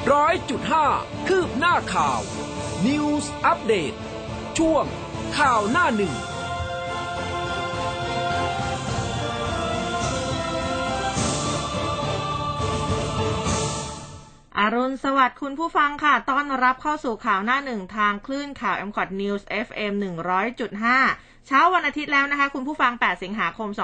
100.5 คืบหน้าข่าว News Update ช่วงข่าวหน้าหนึ่งอรุณสวัสดิ์คุณผู้ฟังค่ะต้อนรับเข้าสู่ข่าวหน้าหนึ่งทางคลื่นข่าว MCOT News FM 100.5 เช้าวันอาทิตย์แล้วนะคะคุณผู้ฟัง8สิงหาคม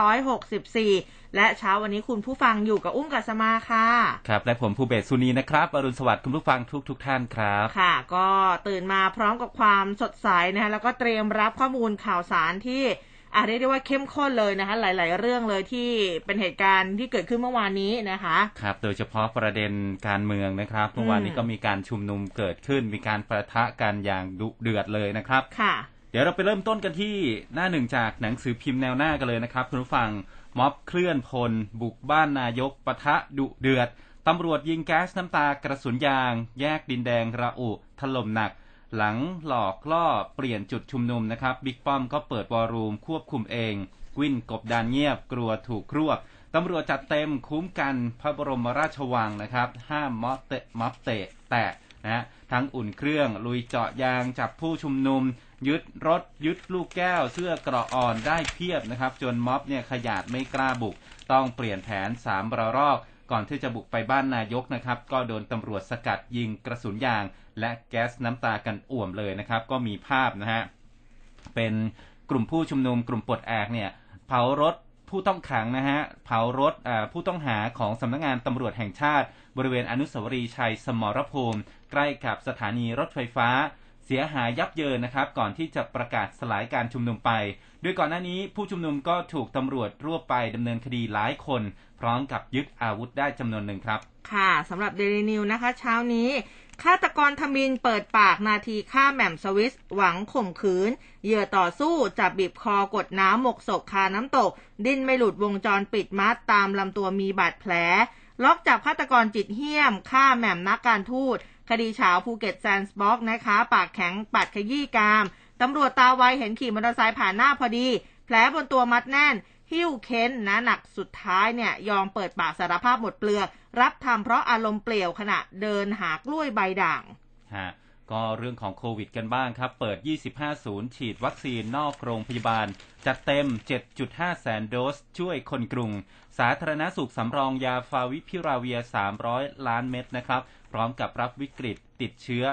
2564และเช้าวันนี้คุณผู้ฟังอยู่กับอุ้มกัสมาค่ะครับและผมภูเบศสุนีนะครับอรุณสวัสดิ์คุณผู้ฟังทุกท่านครับค่ะก็ตื่นมาพร้อมกับความสดใสนะคะแล้วก็เตรียมรับข้อมูลข่าวสารที่เรียกได้ว่าเข้มข้นเลยนะคะหลายๆเรื่องเลยที่เป็นเหตุการณ์ที่เกิดขึ้นเมื่อวานนี้นะคะครับโดยเฉพาะประเด็นการเมืองนะครับเมื่อวานนี้ก็มีการชุมนุมเกิดขึ้นมีการประทะกันอย่างดุเดือดเลยนะครับค่ะเดี๋ยวเราไปเริ่มต้นกันที่หน้าหนึ่งจากหนังสือพิมพ์แนวหน้ากันเลยนะครับคุณผู้ฟังม็อบเคลื่อนพลบุกบ้านนายกปะทะดุเดือดตำรวจยิงแก๊สน้ำตากระสุนยางแยกดินแดงระอุถล่มหนักหลังหลอกล่อเปลี่ยนจุดชุมนุมนะครับบิ๊กป้อมก็เปิดวอลลุ่มควบคุมเองวินกบดานเงียบกลัวถูกรวบตำรวจจัดเต็มคุ้มกันพระบรมราชวังนะครับห้ามม็อบเตะแตะนะทั้งอุ่นเครื่องลุยเจาะยางจับผู้ชุมนุมยึดรถยึดลูกแก้วเสื้อเกราะอ่อนได้เพียบนะครับจนม็อบเนี่ยขยาดไม่กล้าบุกต้องเปลี่ยนแผน3 ระลอกก่อนที่จะบุกไปบ้านนายกนะครับก็โดนตำรวจสกัดยิงกระสุนยางและแก๊สน้ำตากันอ่วมเลยนะครับก็มีภาพนะฮะเป็นกลุ่มผู้ชุมนุมกลุ่มปลดแอกเนี่ยเผารถผู้ต้องขังนะฮะเผารถผู้ต้องหาของสำนักงานตำรวจแห่งชาติบริเวณอนุสาวรีย์ชัยสมรภูมิใกล้กับสถานีรถไฟฟ้าเสียหายยับเยินนะครับก่อนที่จะประกาศสลายการชุมนุมไปโดยก่อนหน้านี้ผู้ชุมนุมก็ถูกตำรวจรวบไปดำเนินคดีหลายคนพร้อมกับยึดอาวุธได้จำนวนหนึ่งครับค่ะสำหรับ Daily News นะคะเช้านี้ฆาตกรทมิฬเปิดปากนาทีฆ่าแหม่มสวิสหวังข่มขืนเหยื่อต่อสู้จับบีบคอกดน้ำหมกศพคาน้ำตกดิ้นไม่หลุดวงจรปิดมัดตามลำตัวมีบาดแผลล็อกจับฆาตกรจิตเหี้ยมฆ่าแหม่มนักการทูตคดีเฉาภูเก็ตแซนด์บ็อกซ์นะคะปากแข็งปัดขยี้กามตำรวจตาไวเห็นขี่มอเตอร์ไซค์ผ่านหน้าพอดีแผลบนตัวมัดแน่นหิ้วเค้นนะหนักสุดท้ายเนี่ยยอมเปิดปากสารภาพหมดเปลือกรับทำเพราะอารมณ์เปลี่ยวขณะเดินหากล้วยใบด่างก็เรื่องของโควิดกันบ้างครับเปิด25ศูนย์ฉีดวัคซีนนอกโรงพยาบาลจัดเต็ม 7.5 แสนโดสช่วยคนกรุงสาธารณสุขสำรองยาฟาวิพิราเวีย300 ล้านเม็ดนะครับพร้อมกับรับวิกฤตติดเชื้อ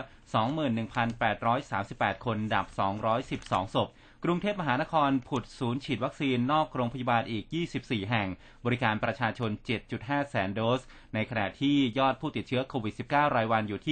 21,838 คนดับ212ศพกรุงเทพมหานครผุดศูนย์ฉีดวัคซีนนอกโรงพยาบาลอีก24แห่งบริการประชาชน 7.5 แสนโดสในขณะที่ยอดผู้ติดเชื้อโควิด -19 รายวันอยู่ที่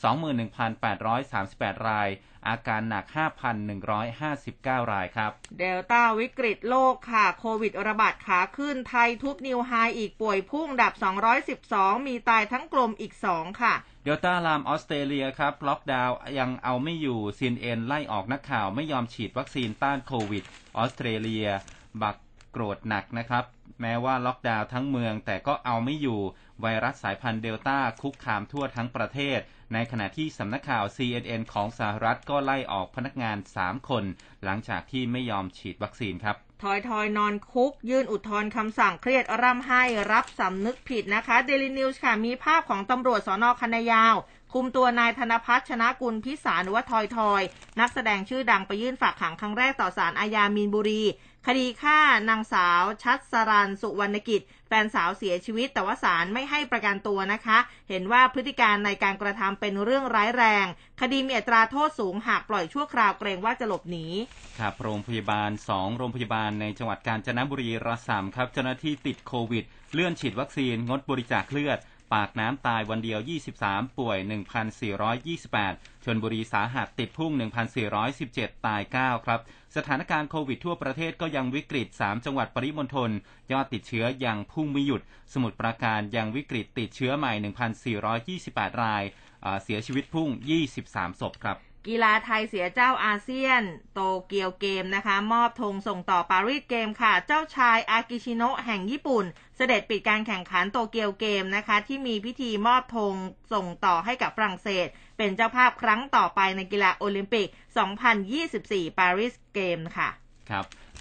21,838 รายอาการหนัก 5,159 รายครับเดลต้าวิกฤตโลกค่ะโควิดระบาดขาขึ้นไทยทุบนิวไฮอีกป่วยพุ่งดับ212มีตายทั้งกลมอีก2ค่ะเดลต้าลามออสเตรเลียครับล็อกดาวน์ยังเอาไม่อยู่ CNN ไล่ออกนักข่าวไม่ยอมฉีดวัคซีนต้านโควิดออสเตรเลียบักโกรธหนักนะครับแม้ว่าล็อกดาวน์ทั้งเมืองแต่ก็เอาไม่อยู่ไวรัสสายพันธุ์เดลต้าคุกคามทั่วทั้งประเทศในขณะที่สำนักข่าว CNN ของสหรัฐก็ไล่ออกพนักงาน3คนหลังจากที่ไม่ยอมฉีดวัคซีนครับทอยนอนคุกยื่นอุทธรณ์คำสั่งเครียดร่ำไห้รับสำนึกผิดนะคะ Daily News ค่ะมีภาพของตำรวจสน.คณะยาวคุมตัวนายธนภัทรชนะกุลพิสารหรือว่าทอยนักแสดงชื่อดังไปยื่นฝากขังครั้งแรกต่อศาลอาญามีนบุรีคดีฆ่านางสาวชัดสรัญสุวรรณกิจแฟนสาวเสียชีวิตแต่ว่าศาลไม่ให้ประกันตัวนะคะเห็นว่าพฤติการในการกระทำเป็นเรื่องร้ายแรงคดีมีอัตราโทษสูงหากปล่อยชั่วคราวเกรงว่าจะหลบหนีครับโรงพยาบาล2โรงพยาบาลในจังหวัดกาญจนบุรีระส่ำครับเจ้าหน้าที่ติดโควิดเลื่อนฉีดวัคซีนงดบริจาคเลือดปากน้ำตายวันเดียว23ป่วย 1,428 ชลบุรีสาหัสติดพุ่ง 1,417 ตาย9ครับสถานการณ์โควิดทั่วประเทศก็ยังวิกฤต3จังหวัดปริมณฑลยอดติดเชื้อยังพุ่งไม่หยุดสมุทรปราการยังวิกฤตติดเชื้อใหม่ 1,428 รายเสียชีวิตพุ่ง23ศพครับกีฬาไทยเสียเจ้าอาเซียนโตเกียวเกมนะคะมอบธงส่งต่อปารีสเกมค่ะเจ้าชายอากิชิโนะแห่งญี่ปุ่นเสด็จปิดการแข่งขันโตเกียวเกมนะคะที่มีพิธีมอบธงส่งต่อให้กับฝรั่งเศสเป็นเจ้าภาพครั้งต่อไปในกีฬาโอลิมปิก 2024 ปารีสเกมค่ะครับ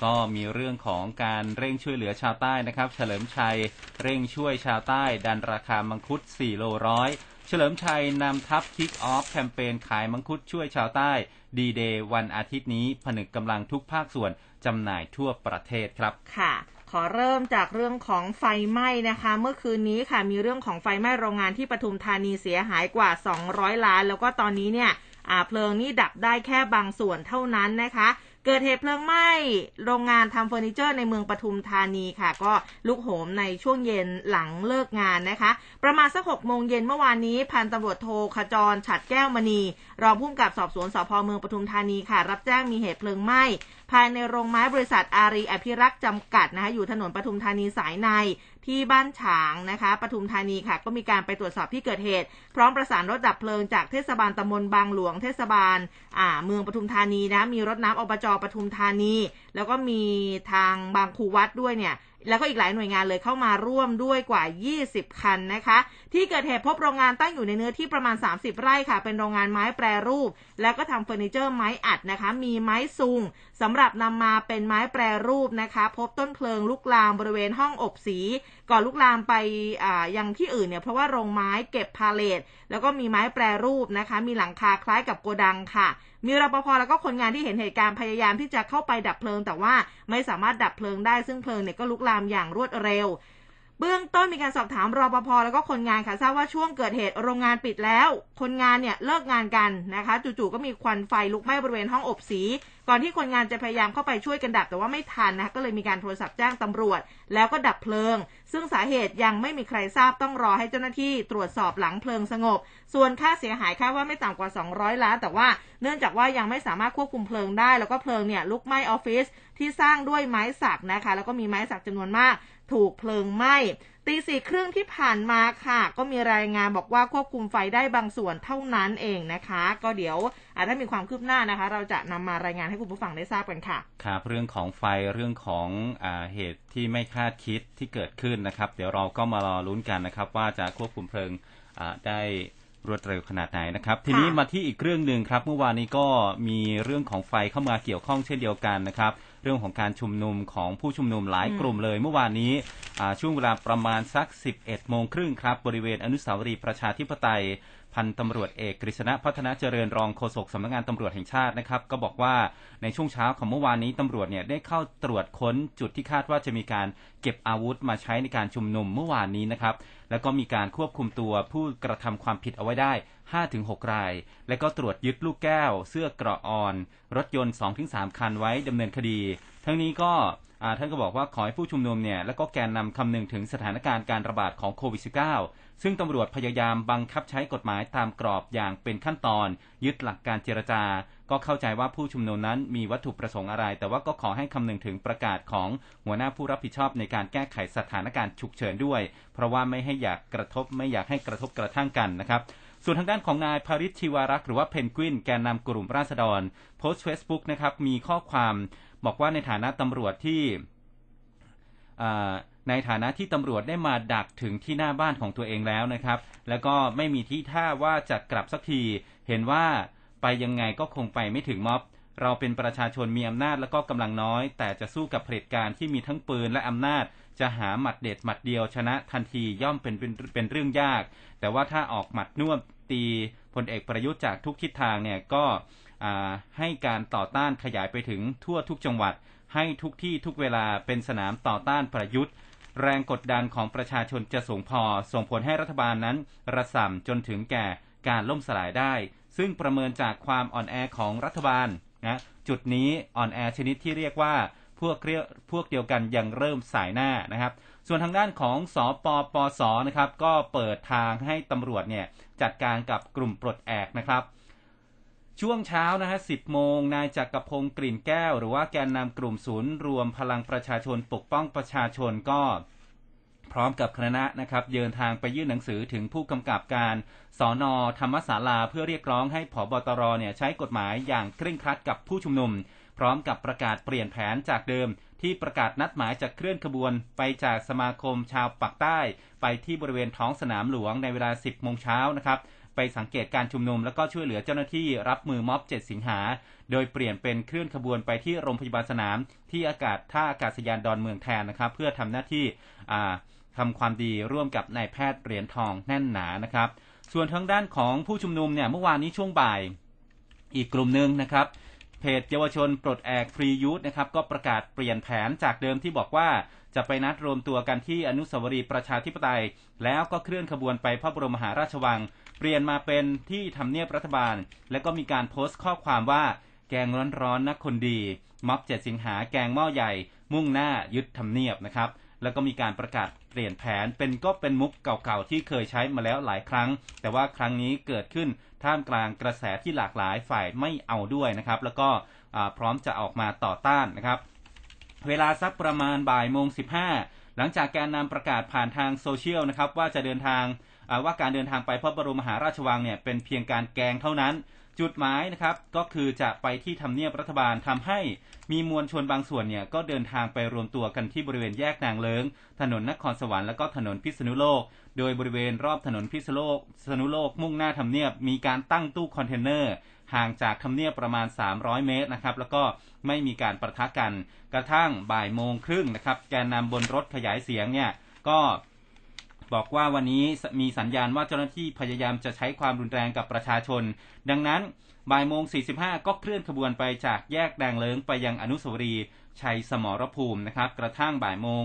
ก็มีเรื่องของการเร่งช่วยเหลือชาวใต้นะครับเฉลิมชัยเร่งช่วยชาวใต้ดันราคามังคุด4โลร้อยเฉลิมชัยนำทัพคิกออฟแคมเปญขายมังคุดช่วยชาวใต้ดีเดย์วันอาทิตย์นี้ผนึกกำลังทุกภาคส่วนจำหน่ายทั่วประเทศครับค่ะขอเริ่มจากเรื่องของไฟไหม้นะคะเมื่อคืนนี้ค่ะมีเรื่องของไฟไหม้โรงงานที่ปทุมธานีเสียหายกว่า200ล้านแล้วก็ตอนนี้เนี่ยเพลิงนี่ดับได้แค่บางส่วนเท่านั้นนะคะเกิดเหตุเพลิงไหม้โรงงานทำเฟอร์นิเจอร์ในเมืองปทุมธานีค่ะก็ลุกโหมในช่วงเย็นหลังเลิกงานนะคะประมาณสัก 6 โมงเย็นเมื่อวานนี้พันตำรวจโทขจรฉัตรแก้วมณีรองผู้กำกับสอบสวนสภ.เมืองปทุมธานีค่ะรับแจ้งมีเหตุเพลิงไหม้ภายในโรงไม้บริษัทอารีอภิรักษ์จำกัดนะคะอยู่ถนนปทุมธานีสายในที่บ้านฉางนะคะปทุมธานีค่ะก็มีการไปตรวจสอบที่เกิดเหตุพร้อมประสานรถดับเพลิงจากเทศบาลตำบลบางหลวงเทศบาลเมืองปทุมธานีนะมีรถน้ำอบจ.ปทุมธานีแล้วก็มีทางบางครูวัดด้วยเนี่ยแล้วก็อีกหลายหน่วยงานเลยเข้ามาร่วมด้วยกว่า20คันนะคะที่เกิดเหตุพบโรงงานตั้งอยู่ในเนื้อที่ประมาณ30ไร่ค่ะเป็นโรงงานไม้แปรรูปแล้วก็ทำเฟอร์นิเจอร์ไม้อัดนะคะมีไม้ซุงสำหรับนำมาเป็นไม้แปรรูปนะคะพบต้นเพลิงลุกลามบริเวณห้องอบสีก่อนลุกลามไปยังที่อื่นเนี่ยเพราะว่าโรงไม้เก็บพาเลทแล้วก็มีไม้แปรรูปนะคะมีหลังคาคล้ายกับโกดังค่ะมีรปภ.แล้วก็คนงานที่เห็นเหตุการณ์พยายามที่จะเข้าไปดับเพลิงแต่ว่าไม่สามารถดับเพลิงได้ซึ่งเพลิงเนี่ยก็ลุกลามอย่างรวดเร็วเบื้องต้นมีการสอบถามรปภ.แล้วก็คนงานค่ะทราบว่าช่วงเกิดเหตุโรงงานปิดแล้วคนงานเนี่ยเลิกงานกันนะคะจู่ๆก็มีควันไฟลุกไหม้บริเวณห้องอบสีก่อนที่คนงานจะพยายามเข้าไปช่วยกันดับแต่ว่าไม่ทันนะคะก็เลยมีการโทรศัพท์แจ้งตำรวจแล้วก็ดับเพลิงซึ่งสาเหตุยังไม่มีใครทราบต้องรอให้เจ้าหน้าที่ตรวจสอบหลังเพลิงสงบส่วนค่าเสียหายคาดว่าไม่ต่ำกว่า200ล้านแต่ว่าเนื่องจากว่ายังไม่สามารถควบคุมเพลิงได้แล้วก็เพลิงเนี่ยลุกไหม้ออฟฟิศที่สร้างด้วยไม้สักนะคะแล้วก็มีไม้สักจำนวนมากถูกเพลิงไหม้ตีสี่ครึ่งที่ผ่านมาค่ะก็มีรายงานบอกว่าควบคุมไฟได้บางส่วนเท่านั้นเองนะคะก็เดี๋ยวถ้ามีความคืบหน้านะคะเราจะนำมารายงานให้คุณผู้ฟังได้ทราบกันค่ะครับเรื่องของไฟเรื่องของเหตุที่ไม่คาดคิดที่เกิดขึ้นนะครับเดี๋ยวเราก็มารอลุ้นกันนะครับว่าจะควบคุมเพลิงได้รวดเร็วขนาดไหนนะครับทีนี้มาที่อีกเรื่องนึงครับเมื่อวานนี้ก็มีเรื่องของไฟเข้ามาเกี่ยวข้องเช่นเดียวกันนะครับเรื่องของการชุมนุมของผู้ชุมนุมหลายกลุ่มเลยเมื่อวานนี้ช่วงเวลาประมาณสัก 11:30 น.ครับบริเวณอนุสาวรีย์ประชาธิปไตยพันตำรวจเอกกฤษณะพัฒนาเจริญรองโฆษกสำนักงานตำรวจแห่งชาตินะครับก็บอกว่าในช่วงเช้าของเมื่อวานนี้ตำรวจเนี่ยได้เข้าตรวจค้นจุดที่คาดว่าจะมีการเก็บอาวุธมาใช้ในการชุมนุมเมื่อวานนี้นะครับแล้วก็มีการควบคุมตัวผู้กระทำความผิดเอาไว้ได้ 5-6 รายและก็ตรวจยึดลูกแก้วเสื้อเกราะอ่อนรถยนต์ 2-3 คันไว้ดำเนินคดีทั้งนี้ก็ท่านก็บอกว่าขอให้ผู้ชุมนุมเนี่ยและก็แกนนำคำนึงถึงสถานการณ์การระบาดของโควิด -19 ซึ่งตำรวจพยายามบังคับใช้กฎหมายตามกรอบอย่างเป็นขั้นตอนยึดหลักการเจรจาก็เข้าใจว่าผู้ชุมนุมนั้นมีวัตถุประสงค์อะไรแต่ว่าก็ขอให้คำนึงถึงประกาศของหัวหน้าผู้รับผิดชอบในการแก้ไขสถานการณ์ฉุกเฉินด้วยเพราะว่าไม่อยากให้กระทบกระทั่งกันนะครับส่วนทางด้านของนายภริช ชีวารักษ์หรือว่าเพนกวินแกนนำกลุ่มราษฎรโพสต์ Facebook นะครับมีข้อความบอกว่าในฐานะตำรวจที่ตำรวจได้มาดักถึงที่หน้าบ้านของตัวเองแล้วนะครับแล้วก็ไม่มีทีท่าว่าจะกลับสักทีเห็นว่าไปยังไงก็คงไปไม่ถึงม็อบเราเป็นประชาชนมีอำนาจแล้วก็กำลังน้อยแต่จะสู้กับเผด็จการที่มีทั้งปืนและอำนาจจะหาหมัดเด็ดหมัดเดียวชนะทันทีย่อมเป็นเรื่องยากแต่ว่าถ้าออกหมัดน่วมตีพลเอกประยุทธ์จากทุกทิศทางเนี่ยก็ให้การต่อต้านขยายไปถึงทั่วทุกจังหวัดให้ทุกที่ทุกเวลาเป็นสนามต่อต้านประยุทธ์แรงกดดันของประชาชนจะส่งผลให้รัฐบาลนั้นระส่ำจนถึงแก่การล่มสลายได้ซึ่งประเมินจากความอ่อนแอของรัฐบาลนะจุดนี้อ่อนแอชนิดที่เรียกว่าพวกเดียวกันยังเริ่มสายหน้านะครับส่วนทางด้านของสปปสนะครับก็เปิดทางให้ตำรวจเนี่ยจัดการกับกลุ่มปลดแอกนะครับช่วงเช้านะฮะ 10 โมงนายจักรพงศ์กลิ่นแก้วหรือว่าแกนนำกลุ่มศูนย์รวมพลังประชาชนปกป้องประชาชนก็พร้อมกับคณะนะครับเดินทางไปยื่นหนังสือถึงผู้กำกับการสน.ธรรมศาลาเพื่อเรียกร้องให้ผบ.ตร.เนี่ยใช้กฎหมายอย่างเคร่งครัดกับผู้ชุมนุมพร้อมกับประกาศเปลี่ยนแผนจากเดิมที่ประกาศนัดหมายจะเคลื่อนขบวนไปจากสมาคมชาวปากใต้ไปที่บริเวณท้องสนามหลวงในเวลา 10 โมงเช้านะครับไปสังเกตการชุมนุมแล้วก็ช่วยเหลือเจ้าหน้าที่รับมือม็อบ 7 สิงหาโดยเปลี่ยนเป็นเคลื่อนขบวนไปที่โรงพยาบาลสนามที่ท่าอากาศยานดอนเมืองแทนนะครับเพื่อทำหน้าที่ทำความดีร่วมกับนายแพทย์เหรียญทองแน่นหนานะครับส่วนทางด้านของผู้ชุมนุมเนี่ยเมื่อวานนี้ช่วงบ่ายอีกกลุ่มนึงนะครับเพจเยาวชนปลดแอกฟรียูธนะครับก็ประกาศเปลี่ยนแผนจากเดิมที่บอกว่าจะไปนัดรวมตัวกันที่อนุสาวรีย์ประชาธิปไตยแล้วก็เคลื่อนขบวนไปพระบรมมหาราชวังเปลี่ยนมาเป็นที่ทำเนียบรัฐบาลและก็มีการโพสต์ข้อความว่าแกงร้อนๆนักคนดีม็อบ 7 สิงหาแกงหม้อใหญ่มุ่งหน้ายึดทำเนียบนะครับแล้วก็มีการประกาศเปลี่ยนแผนเป็นมุกเก่าๆที่เคยใช้มาแล้วหลายครั้งแต่ว่าครั้งนี้เกิดขึ้นท่ามกลางกระแสที่หลากหลายฝ่ายไม่เอาด้วยนะครับแล้วก็พร้อมจะออกมาต่อต้านนะครับเวลาสักประมาณบ่ายโมง 15หลังจากแกนนำประกาศผ่านทางโซเชียลนะครับว่าจะเดินทางว่าการเดินทางไปพระบรมมหาราชวังเนี่ยเป็นเพียงการแกงเท่านั้นจุดหมายนะครับก็คือจะไปที่ทำเนียบรัฐบาลทำให้มีมวลชนบางส่วนเนี่ยก็เดินทางไปรวมตัวกันที่บริเวณแยกนางเลิ้งถนนนครสวรรค์และก็ถนนพิษณุโลกโดยบริเวณรอบถนนพิษณุโลกมุ่งหน้าทำเนียบมีการตั้งตู้คอนเทนเนอร์ห่างจากทำเนียบประมาณ300 เมตรนะครับแล้วก็ไม่มีการปะทะกันกระทั่งบ่ายโมงครึ่งนะครับแกนนำบนรถขยายเสียงเนี่ยก็บอกว่าวันนี้มีสัญญาณว่าเจ้าหน้าที่พยายามจะใช้ความรุนแรงกับประชาชนดังนั้นบ่ายโมง 45ก็เคลื่อนขบวนไปจากแยกนางเลิ้งไปยังอนุสาวรีย์ชัยสมรภูมินะครับกระทั่งบ่ายโมง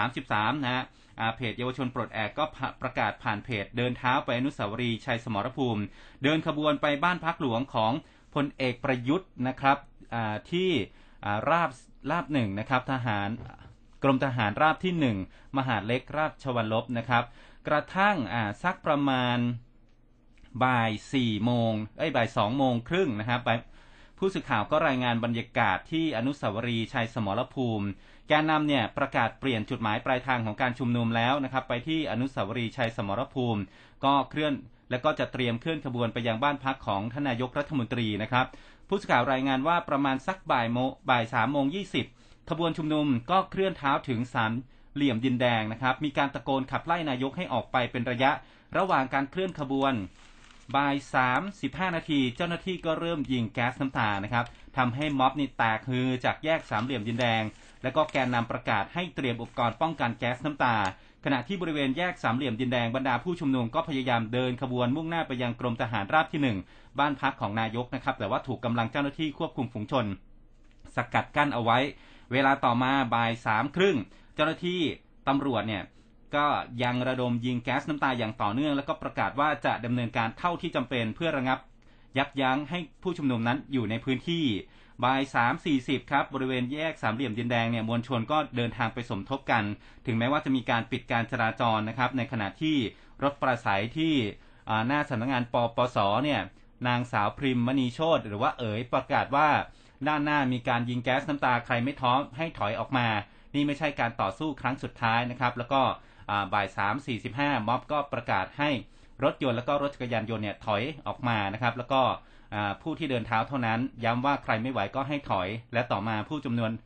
33นะฮะเพจเยาวชนปลดแอกก็ประกาศผ่านเพจเดินเท้าไปอนุสาวรีย์ชัยสมรภูมิเดินขบวนไปบ้านพักหลวงของพลเอกประยุทธ์นะครับที่ราบหนึ่งนะครับกรมทหารราบที่1มหาดเล็กราชวัลลบนะครับกระทั่งสักประมาณบ่าย2 โมงครึ่งนะครับผู้สื่อข่าวก็รายงานบรรยากาศที่อนุสาวรีย์ชัยสมรภูมิแกนนำเนี่ยประกาศเปลี่ยนจุดหมายปลายทางของการชุมนุมแล้วนะครับไปที่อนุสาวรีย์ชัยสมรภูมิก็เคลื่อนและก็จะเตรียมเคลื่อนขบวนไปยังบ้านพักของท่านนายกรัฐมนตรีนะครับผู้สื่อข่าวรายงานว่าประมาณสักบ่าย 3:20 ขบวนชุมนุมก็เคลื่อนเท้าถึงสามเหลี่ยมดินแดงนะครับมีการตะโกนขับไล่นายกให้ออกไปเป็นระยะระหว่างการเคลื่อนขบวนบ่าย 3:15 นาทีเจ้าหน้าที่ก็เริ่มยิงแก๊สน้ำตานะครับทำให้ม็อบนี่แตกฮือจากแยกสามเหลี่ยมดินแดงและก็แกนนำประกาศให้เตรียมอุปกรณ์ป้องกันแก๊สน้ำตาขณะที่บริเวณแยกสามเหลี่ยมดินแดงบรรดาผู้ชุมนุมก็พยายามเดินขบวนมุ่งหน้าไปยังกรมทหารราบที่1บ้านพักของนายกนะครับแต่ว่าถูกกำลังเจ้าหน้าที่ควบคุมฝูงชนสกัดกั้นเอาไว้เวลาต่อมาบ่าย 3:30เจ้าหน้าที่ตำรวจเนี่ยก็ยังระดมยิงแก๊สน้ำตาอย่างต่อเนื่องแล้วก็ประกาศว่าจะดำเนินการเท่าที่จำเป็นเพื่อระงับยับยั้งให้ผู้ชุมนุมนั้นอยู่ในพื้นที่บ่าย 3:40 ครับบริเวณแยกสามเหลี่ยมดินแดงเนี่ยมวลชนก็เดินทางไปสมทบกันถึงแม้ว่าจะมีการปิดการจราจรนะครับในขณะที่รถปราศัยที่หน้าสำนักงานปปสเนี่ยนางสาวพริมมณีโชติหรือว่าประกาศว่าด้านหน้ามีการยิงแก๊สน้ำตาใครไม่ท้อให้ถอยออกมานี่ไม่ใช่การต่อสู้ครั้งสุดท้ายนะครับแล้วก็บ่าย 3:45 ม็อบก็ประกาศให้รถยนต์แล้วก็รถจักรยานยนต์เนี่ยถอยออกมานะครับแล้วก็ผู้ที่เดินเท้าเท่านั้นย้ำว่าใครไม่ไหวก็ให้ถอยและต่อมาผู้ชุมนุ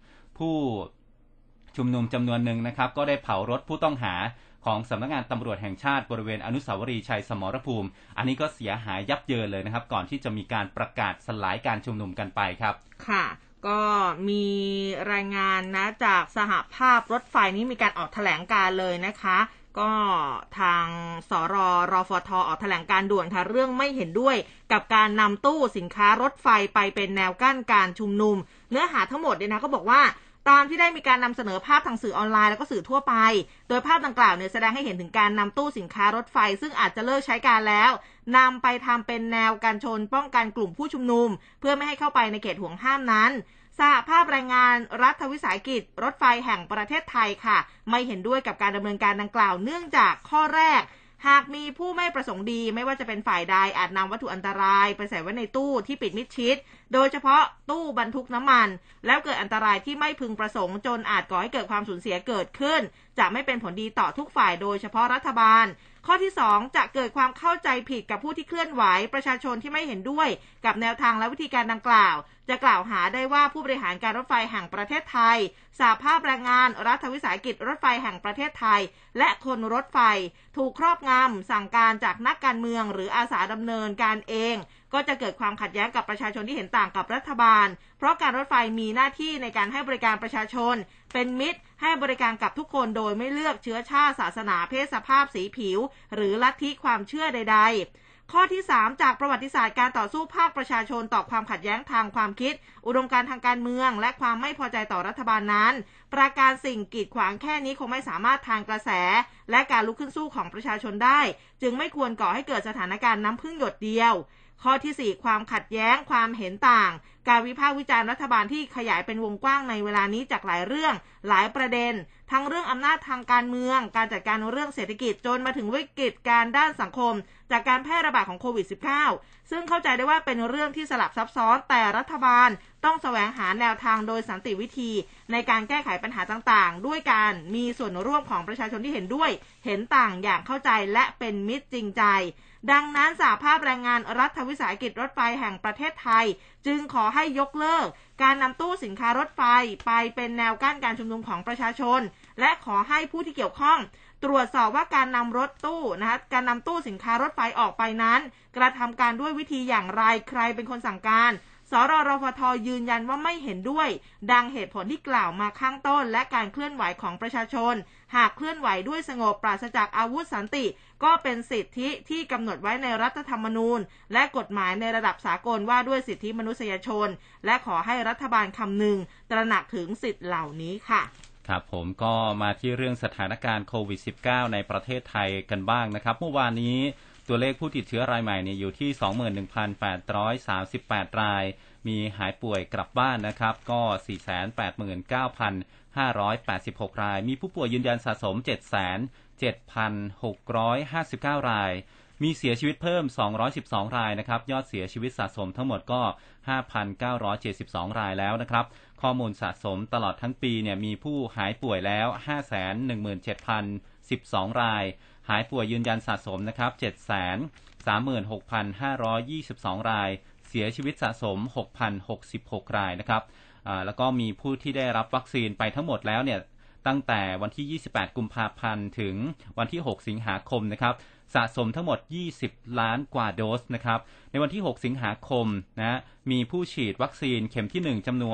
มจำนวนหนึ่งนะครับก็ได้เผารถผู้ต้องหาของสำนักงานตำรวจแห่งชาติบริเวณอนุสาวรีย์ชัยสมรภูมิอันนี้ก็เสียหายยับเยินเลยนะครับก่อนที่จะมีการประกาศสลายการชุมนุมกันไปครับค่ะก็มีรายงานนะจากสหภาพรถไฟนี้มีการออกแถลงการเลยนะคะก็ทางสรรฟท.ออกแถลงการด่วนค่ะเรื่องไม่เห็นด้วยกับการนำตู้สินค้ารถไฟไปเป็นแนวกั้นการชุมนุมเนื้อหาทั้งหมดเนี่ยนะก็บอกว่าตามที่ได้มีการนำเสนอภาพทางสื่อออนไลน์แล้วก็สื่อทั่วไปโดยภาพดังกล่าวเนี่ยแสดงให้เห็นถึงการนำตู้สินค้ารถไฟซึ่งอาจจะเลิกใช้การแล้วนำไปทำเป็นแนวกันชนป้องกันกลุ่มผู้ชุมนุมเพื่อไม่ให้เข้าไปในเขตห่วงห้ามนั้นสหภาพแรงงานรัฐวิสาหกิจรถไฟแห่งประเทศไทยค่ะไม่เห็นด้วยกับการดำเนินการดังกล่าวเนื่องจากข้อแรกหากมีผู้ไม่ประสงค์ดีไม่ว่าจะเป็นฝ่ายใดอาจนำวัตถุอันตรายไปใส่ไว้ในตู้ที่ปิดมิดชิดโดยเฉพาะตู้บรรทุกน้ำมันแล้วเกิดอันตรายที่ไม่พึงประสงค์จนอาจก่อให้เกิดความสูญเสียเกิดขึ้นจะไม่เป็นผลดีต่อทุกฝ่ายโดยเฉพาะรัฐบาลข้อที่2จะเกิดความเข้าใจผิดกับผู้ที่เคลื่อนไหวประชาชนที่ไม่เห็นด้วยกับแนวทางและวิธีการดังกล่าวจะกล่าวหาได้ว่าผู้บริหารการรถไฟแห่งประเทศไทยสหภาพแรงงานรัฐวิสาหกิจรถไฟแห่งประเทศไทยและคนรถไฟถูกครอบงำสั่งการจากนักการเมืองหรืออาสาดำเนินการเองก็จะเกิดความขัดแย้งกับประชาชนที่เห็นต่างกับรัฐบาลเพราะการรถไฟมีหน้าที่ในการให้บริการประชาชนเป็นมิตรให้บริการกับทุกคนโดยไม่เลือกเชื้อชาติศาสนาเพศสภาพสีผิวหรือลัทธิความเชื่อใดๆข้อที่3จากประวัติศาสตร์การต่อสู้ภาคประชาชนต่อความขัดแย้งทางความคิดอุดมการณ์ทางการเมืองและความไม่พอใจต่อรัฐบาลนั้นประการสิ่งกีดขวางแค่นี้คงไม่สามารถทานกระแสและการลุกขึ้นสู้ของประชาชนได้จึงไม่ควรก่อให้เกิดสถานการณ์น้ำพึ่งหยดเดียวข้อที่4ความขัดแย้งความเห็นต่างการวิพากษ์วิจารณ์รัฐบาลที่ขยายเป็นวงกว้างในเวลานี้จากหลายเรื่องหลายประเด็นทั้งเรื่องอำนาจทางการเมืองการจัดการเรื่องเศรษฐกิจจนมาถึงวิกฤตการด้านสังคมจากการแพร่ระบาดของโควิด -19 ซึ่งเข้าใจได้ว่าเป็นเรื่องที่สลับซับซ้อนแต่รัฐบาลต้องแสวงหาแนวทางโดยสันติวิธีในการแก้ไขปัญหาต่างๆด้วยการมีส่วนร่วมของประชาชนที่เห็นด้วยเห็นต่างอย่างเข้าใจและเป็นมิตรจริงใจดังนั้นสหภาพแรงงานรัฐวิสาหกิจรถไฟแห่งประเทศไทยจึงขอให้ยกเลิกการนำตู้สินค้ารถไฟไปเป็นแนวกั้นการชุมนุมของประชาชนและขอให้ผู้ที่เกี่ยวข้องตรวจสอบว่าการนำรถตู้การนำตู้สินค้ารถไฟออกไปนั้นกระทำการด้วยวิธีอย่างไรใครเป็นคนสั่งการสรรฟท.ยืนยันว่าไม่เห็นด้วยดังเหตุผลที่กล่าวมาข้างต้นและการเคลื่อนไหวของประชาชนหากเคลื่อนไหวด้วยสงบปราศจากอาวุธสันติก็เป็นสิทธิที่กำหนดไว้ในรัฐธรรมนูญและกฎหมายในระดับสากลว่าด้วยสิทธิมนุษยชนและขอให้รัฐบาลคำนึงตระหนักถึงสิทธิเหล่านี้ค่ะครับผมก็มาที่เรื่องสถานการณ์โควิด -19 ในประเทศไทยกันบ้างนะครับเมื่อวานนี้ตัวเลขผู้ติดเชื้อรายใหม่เนี่ยอยู่ที่ 21,838 รายมีหายป่วยกลับบ้านนะครับก็ 489,586 รายมีผู้ป่วยยืนยันสะสม 7,7,659 รายมีเสียชีวิตเพิ่ม212รายนะครับยอดเสียชีวิตสะสมทั้งหมดก็ 5,972 รายแล้วนะครับข้อมูลสะสมตลอดทั้งปีเนี่ยมีผู้หายป่วยแล้ว 517,012 รายหายป่วยยืนยันสะสมนะครับ 736,522 รายเสียชีวิตสะสม 6,066 รายนะครับแล้วก็มีผู้ที่ได้รับวัคซีนไปทั้งหมดแล้วเนี่ยตั้งแต่วันที่28กุมภาพันธ์ถึงวันที่6สิงหาคมนะครับสะสมทั้งหมด20ล้านกว่าโดสนะครับในวันที่6สิงหาคมนะมีผู้ฉีดวัคซีนเข็มที่1จำนวน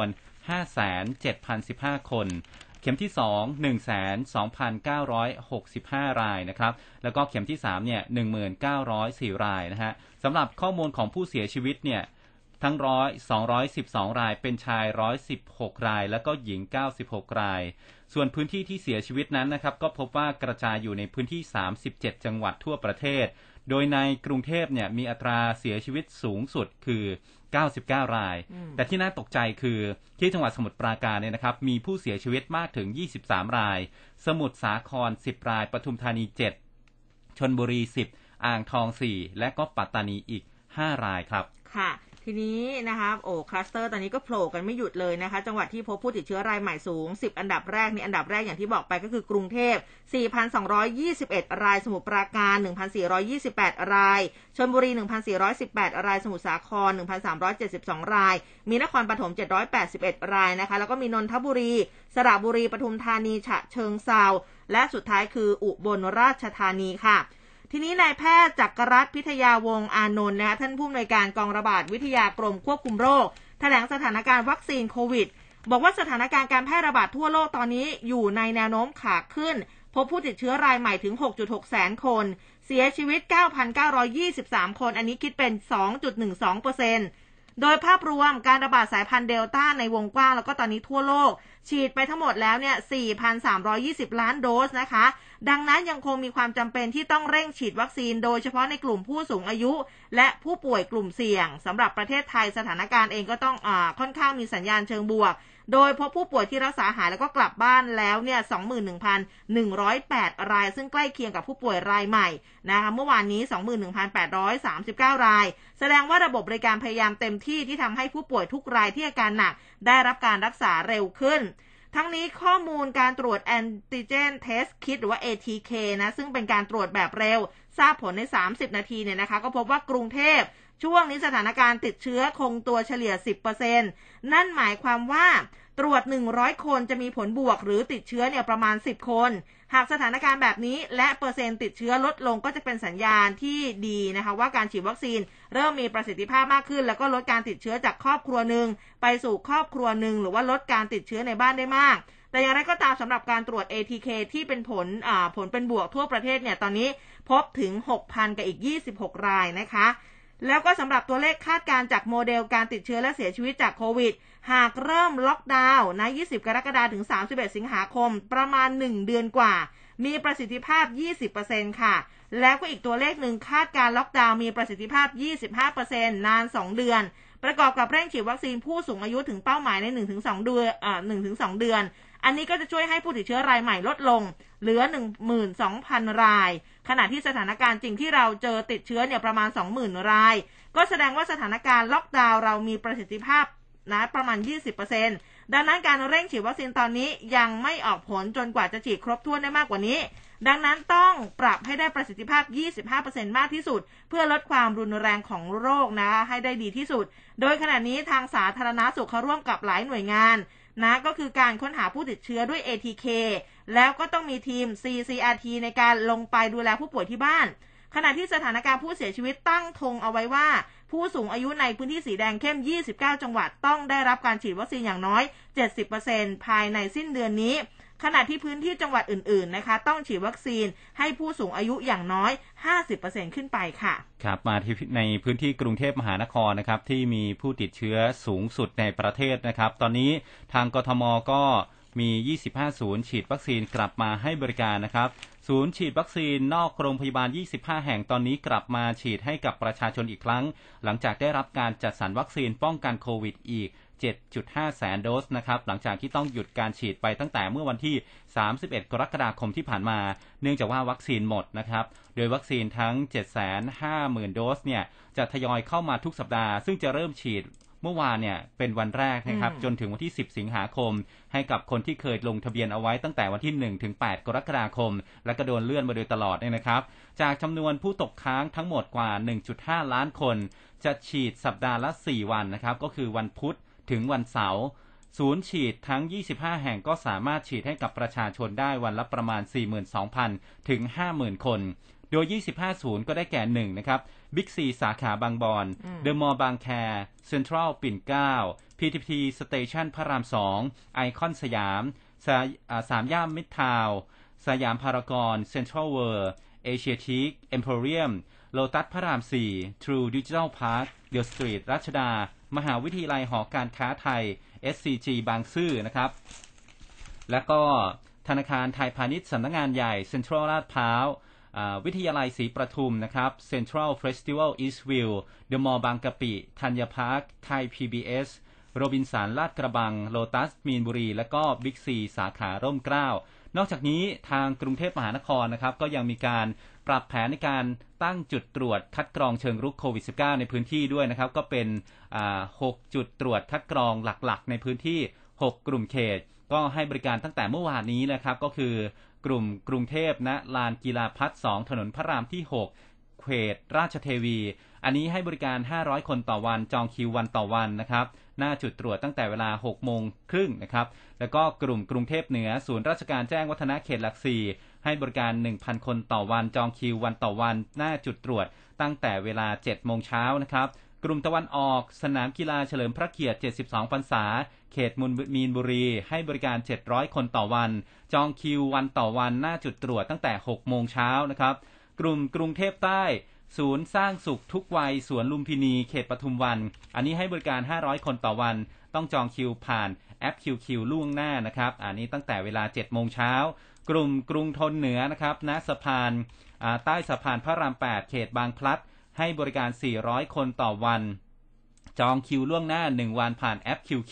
5,7,015 คนเข็มที่2 12,965 รายนะครับแล้วก็เข็มที่3เนี่ย 19,004 รายนะฮะสำหรับข้อมูลของผู้เสียชีวิตเนี่ยทั้ง212 รายเป็นชาย116 รายแล้วก็หญิง96 รายส่วนพื้นที่ที่เสียชีวิตนั้นนะครับก็พบว่ากระจายอยู่ในพื้นที่37จังหวัดทั่วประเทศโดยในกรุงเทพเนี่ยมีอัตราเสียชีวิตสูงสุดคือ99 รายแต่ที่น่าตกใจคือที่จังหวัดสมุทรปราการเนี่ยนะครับมีผู้เสียชีวิตมากถึง23รายสมุทรสาคร10รายปทุมธานี7ชลบุรี10อ่างทอง4และก็ปัตตานีอีก5รายครับค่ะทีนี้นะคะคลัสเตอร์ตอนนี้ก็โผล่กันไม่หยุดเลยนะคะจังหวัดที่พบผู้ติดเชื้อรายใหม่สูง10อันดับแรกนี่อันดับแรกอย่างที่บอกไปก็คือกรุงเทพ 4,221 รายสมุทรปราการ 1,428 รายชลบุรี 1,418 รายสมุทรสาคร 1,372 รายมีนครปฐม781รายนะคะแล้วก็มีนนทบุรีสระบุรีปทุมธานีฉะเชิงเทราและสุดท้ายคืออุบลราชธานีค่ะทีนี้นายแพทย์จักรรัตน์พิทยาวงศ์อานนท์นะคะท่านผู้อำนวยการกองระบาดวิทยากรมควบคุมโรคแถลงสถานการณ์วัคซีนโควิดบอกว่าสถานการณ์การแพร่ระบาดทั่วโลกตอนนี้อยู่ในแนวโน้มขาขึ้นพบผู้ติดเชื้อรายใหม่ถึง 6.6 แสนคนเสียชีวิต 9,923 คนอันนี้คิดเป็น 2.12%โดยภาพรวมการระบาดสายพันธุ์เดลต้าในวงกว้างแล้วก็ตอนนี้ทั่วโลกฉีดไปทั้งหมดแล้วเนี่ย 4,320 ล้านโดสนะคะดังนั้นยังคงมีความจำเป็นที่ต้องเร่งฉีดวัคซีนโดยเฉพาะในกลุ่มผู้สูงอายุและผู้ป่วยกลุ่มเสี่ยงสำหรับประเทศไทยสถานการณ์เองก็ต้องค่อนข้างมีสัญญาณเชิงบวกโดยพบผู้ป่วยที่รักษาหายแล้วก็กลับบ้านแล้วเนี่ย 21,108 รายซึ่งใกล้เคียงกับผู้ป่วยรายใหม่นะคะเมื่อวานนี้ 21,839 รายแสดงว่าระบบบริการพยายามเต็มที่ที่ทำให้ผู้ป่วยทุกรายที่อาการหนักได้รับการรักษาเร็วขึ้นทั้งนี้ข้อมูลการตรวจแอนติเจนเทสคิทหรือว่า ATK นะซึ่งเป็นการตรวจแบบเร็วทราบผลใน30นาทีเนี่ยนะคะก็พบว่ากรุงเทพช่วงนี้สถานการณ์ติดเชื้อคงตัวเฉลี่ย 10% นั่นหมายความว่าตรวจ100คนจะมีผลบวกหรือติดเชื้อเนี่ยประมาณ10คนหากสถานการณ์แบบนี้และเปอร์เซ็นต์ติดเชื้อลดลงก็จะเป็นสัญญาณที่ดีนะคะว่าการฉีดวัคซีนเริ่มมีประสิทธิภาพมากขึ้นแล้วก็ลดการติดเชื้อจากครอบครัวนึงไปสู่ครอบครัวนึงหรือว่าลดการติดเชื้อในบ้านได้มากแต่อย่างไรก็ตามสำหรับการตรวจ ATK ที่เป็นผลเป็นบวกทั่วประเทศเนี่ยตอนนี้พบถึง 6,000 กับอีก26รายนะคะแล้วก็สำหรับตัวเลขคาดการณ์จากโมเดลการติดเชื้อและเสียชีวิตจากโควิดหากเริ่มล็อกดาวน์ใน20กรกฎาคมถึง31สิงหาคมประมาณ1เดือนกว่ามีประสิทธิภาพ 20% ค่ะแล้วก็อีกตัวเลขหนึ่งคาดการล็อกดาวน์มีประสิทธิภาพ 25% นาน2เดือนประกอบกับเร่งฉีดวัคซีนผู้สูงอายุถึงเป้าหมายใน 1-2 เดือน1-2 เดือนอันนี้ก็จะช่วยให้ผู้ติดเชื้อรายใหม่ลดลงเหลือ 12,000 รายขณะที่สถานการณ์จริงที่เราเจอติดเชื้อเนี่ยประมาณ 20,000 รายก็แสดงว่าสถานการณ์ล็อกดาวน์เรามีประสิทธิภาพนะประมาณ 20% ดังนั้นการเร่งฉีดวัคซีนตอนนี้ยังไม่ออกผลจนกว่าจะฉีดครบถ้วนได้มากกว่านี้ดังนั้นต้องปรับให้ได้ประสิทธิภาพ 25% มากที่สุดเพื่อลดความรุนแรงของโรคนะให้ได้ดีที่สุดโดยขณะนี้ทางสาธารณสุขเขาร่วมกับหลายหน่วยงานนะก็คือการค้นหาผู้ติดเชื้อด้วย ATK แล้วก็ต้องมีทีม CCRT ในการลงไปดูแลผู้ป่วยที่บ้านขณะที่สถานการณ์ผู้เสียชีวิตตั้งธงเอาไว้ว่าผู้สูงอายุในพื้นที่สีแดงเข้ม29จังหวัดต้องได้รับการฉีดวัคซีนอย่างน้อย 70% ภายในสิ้นเดือนนี้ขณะที่พื้นที่จังหวัดอื่นๆนะคะต้องฉีดวัคซีนให้ผู้สูงอายุอย่างน้อย 50% ขึ้นไปค่ะครับมาที่ในพื้นที่กรุงเทพมหานครนะครับที่มีผู้ติดเชื้อสูงสุดในประเทศนะครับตอนนี้ทางกทมก็มี25ศูนย์ฉีดวัคซีนกลับมาให้บริการนะครับศูนย์ฉีดวัคซีนนอกโรงพยาบาล25แห่งตอนนี้กลับมาฉีดให้กับประชาชนอีกครั้งหลังจากได้รับการจัดสรรวัคซีนป้องกันโควิดอีก 7.5 แสนโดสนะครับหลังจากที่ต้องหยุดการฉีดไปตั้งแต่เมื่อวันที่31กรกฎาคมที่ผ่านมาเนื่องจากว่าวัคซีนหมดนะครับโดยวัคซีนทั้ง 750,000 โดสเนี่ยจะทยอยเข้ามาทุกสัปดาห์ซึ่งจะเริ่มฉีดเมื่อวานเนี่ยเป็นวันแรกนะครับจนถึงวันที่10สิงหาคมให้กับคนที่เคยลงทะเบียนเอาไว้ตั้งแต่วันที่1ถึง8กรกฎาคมและก็โดนเลื่อนมาโดยตลอดเนี่ยนะครับจากจำนวนผู้ตกค้างทั้งหมดกว่า 1.5 ล้านคนจะฉีดสัปดาห์ละ4วันนะครับก็คือวันพุธถึงวันเสาร์ศูนย์ฉีดทั้ง25แห่งก็สามารถฉีดให้กับประชาชนได้วันละประมาณ 42,000 ถึง 50,000 คนโดย25ศูนย์ก็ได้แก่1นะครับบิ๊กซีสาขาบางบอนเดอะมอลล์บางแคเซ็นทรัลปิ่นเกล้า PTT สเตชันพระราม2ไอคอนสยามสามย่านมิตรทาวน์สยามพารากอนเซ็นทรัลเวิลด์เอเชียทีคเอ็มโพเรียมโลตัสพระราม4 True Digital Park เดอะสตรีทรัชดามหาวิทยาลัยหอการค้าไทย SCG บางซื่อนะครับและก็ธนาคารไทยพาณิชย์สำนักงานใหญ่เซ็นทรัลลาดพร้าววิทยาลัยศรีประทุมนะครับ Central Festival Eastview The Mall บางกะปิธัญพาร์คไทย PBS โรบินสันลาดกระบังโลตัสมีนบุรีและก็บิ๊กซีสาขาร่มเกล้านอกจากนี้ทางกรุงเทพมหานครนะครับก็ยังมีการปรับแผนในการตั้งจุดตรวจคัดกรองเชิงรุกโควิด -19 ในพื้นที่ด้วยนะครับก็เป็น6จุดตรวจคัดกรองหลักๆในพื้นที่6กลุ่มเขตก็ให้บริการตั้งแต่เมื่อวานนี้นะครับก็คือกลุ่มกรุงเทพณลานกีฬาพัฒน์2ถนนพระรามที่6เขตราชเทวีอันนี้ให้บริการ500คนต่อวันจองคิววันต่อวันนะครับหน้าจุดตรวจตั้งแต่เวลา 6:30 นนะครับแล้วก็กลุ่มกรุงเทพเหนือศูนย์ราชการแจ้งวัฒนะเขตหลัก4ให้บริการ 1,000 คนต่อวันจองคิววันต่อวันหน้าจุดตรวจตั้งแต่เวลา 7 โมงเช้านะครับกลุ่มตะวันออกสนามกีฬาเฉลิมพระเกียรติ72พรรษาเขตมีนบุรีให้บริการ700คนต่อวันจองคิววันต่อวันหน้าจุดตรวจตั้งแต่ 6 โมงเช้านะครับกลุ่มกรุงเทพใต้ศูนย์สร้างสุขทุกวัยสวนลุมพินีเขตปทุมวันอันนี้ให้บริการ500คนต่อวันต้องจองคิวผ่านแอป QQ ล่วงหน้านะครับอันนี้ตั้งแต่เวลา 7 โมงเช้ากลุ่มกรุงทนเหนือนะครับณสะพานใต้สะพานพระราม8เขตบางพลัดให้บริการ400คนต่อวันจองคิวล่วงหน้า1วันผ่านแอป QQ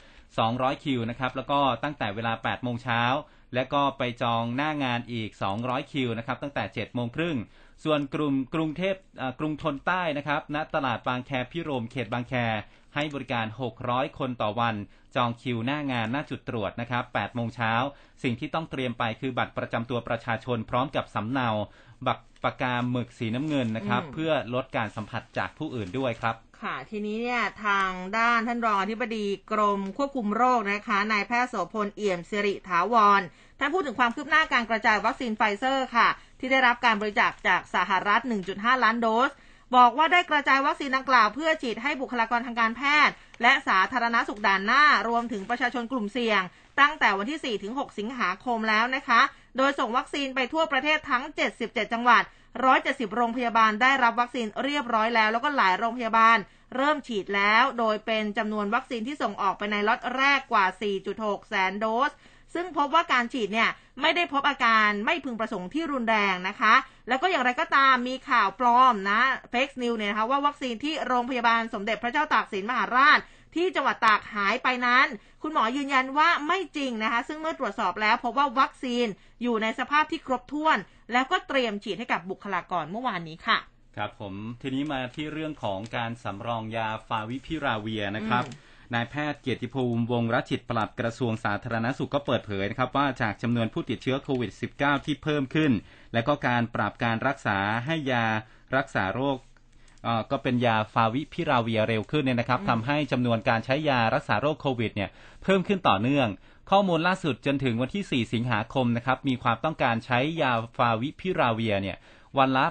200คิวนะครับแล้วก็ตั้งแต่เวลา 8 โมงเช้าและก็ไปจองหน้างานอีก200คิวนะครับตั้งแต่ 7 โมงครึ่งส่วนกลุ่มกรุงเทพกรุงทนใต้นะครับณตลาดบางแคพิรมเขตบางแคให้บริการ600คนต่อวันจองคิวหน้างานหน้าจุดตรวจนะครับ8 โมงเช้าสิ่งที่ต้องเตรียมไปคือบัตรประจำตัวประชาชนพร้อมกับสำเนาบัตรปากกาหมึกสีน้ำเงินนะครับเพื่อลดการสัมผัสจากผู้อื่นด้วยครับค่ะทีนี้เนี่ยทางด้านท่านรองอธิบดีกรมควบคุมโรคนะคะนายแพทย์โสพลเอี่ยมสิริถาวรท่านพูดถึงความคืบหน้าการกระจายวัคซีนไฟเซอร์ค่ะที่ได้รับการบริจาคจากสหรัฐ 1.5 ล้านโดสบอกว่าได้กระจายวัคซีนดังกล่าวเพื่อฉีดให้บุคลากรทางการแพทย์และสาธารณสุขด่านหน้ารวมถึงประชาชนกลุ่มเสี่ยงตั้งแต่วันที่ 4-6 สิงหาคมแล้วนะคะโดยส่งวัคซีนไปทั่วประเทศทั้ง77จังหวัด170โรงพยาบาลได้รับวัคซีนเรียบร้อยแล้วก็หลายโรงพยาบาลเริ่มฉีดแล้วโดยเป็นจำนวนวัคซีนที่ส่งออกไปในล็อตแรกกว่า 4.6 แสนโดสซึ่งพบว่าการฉีดเนี่ยไม่ได้พบอาการไม่พึงประสงค์ที่รุนแรงนะคะแล้วก็อย่างไรก็ตามมีข่าวปลอมนะ Fake News เนี่ยนะคะว่าวัคซีนที่โรงพยาบาลสมเด็จพระเจ้าตากสินมหาราชที่จังหวัดตากหายไปนั้นคุณหมอยืนยันว่าไม่จริงนะคะซึ่งเมื่อตรวจสอบแล้วพบว่าวัคซีนอยู่ในสภาพที่ครบถ้วนแล้วก็เตรียมฉีดให้กับบุคลากรเมื่อวานนี้ค่ะครับผมทีนี้มาที่เรื่องของการสำรองยาฟาวิพิราเวียนะครับนายแพทย์เกียรติภูมิวงศ์รจิตปลัดกระทรวงสาธารณสุขก็เปิดเผยนะครับว่าจากจำนวนผู้ติดเชื้อโควิด -19 ที่เพิ่มขึ้นและก็การปรับการรักษาให้ยารักษาโรคก็เป็นยาฟาวิพิราเวียเร็วขึ้นเนี่ยนะครับทำให้จำนวนการใช้ยารักษาโรคโควิดเนี่ยเพิ่มขึ้นต่อเนื่องข้อมูลล่าสุดจนถึงวันที่ 4 สิงหาคมนะครับมีความต้องการใช้ยาฟาวิพิราเวียเนี่ยวันละ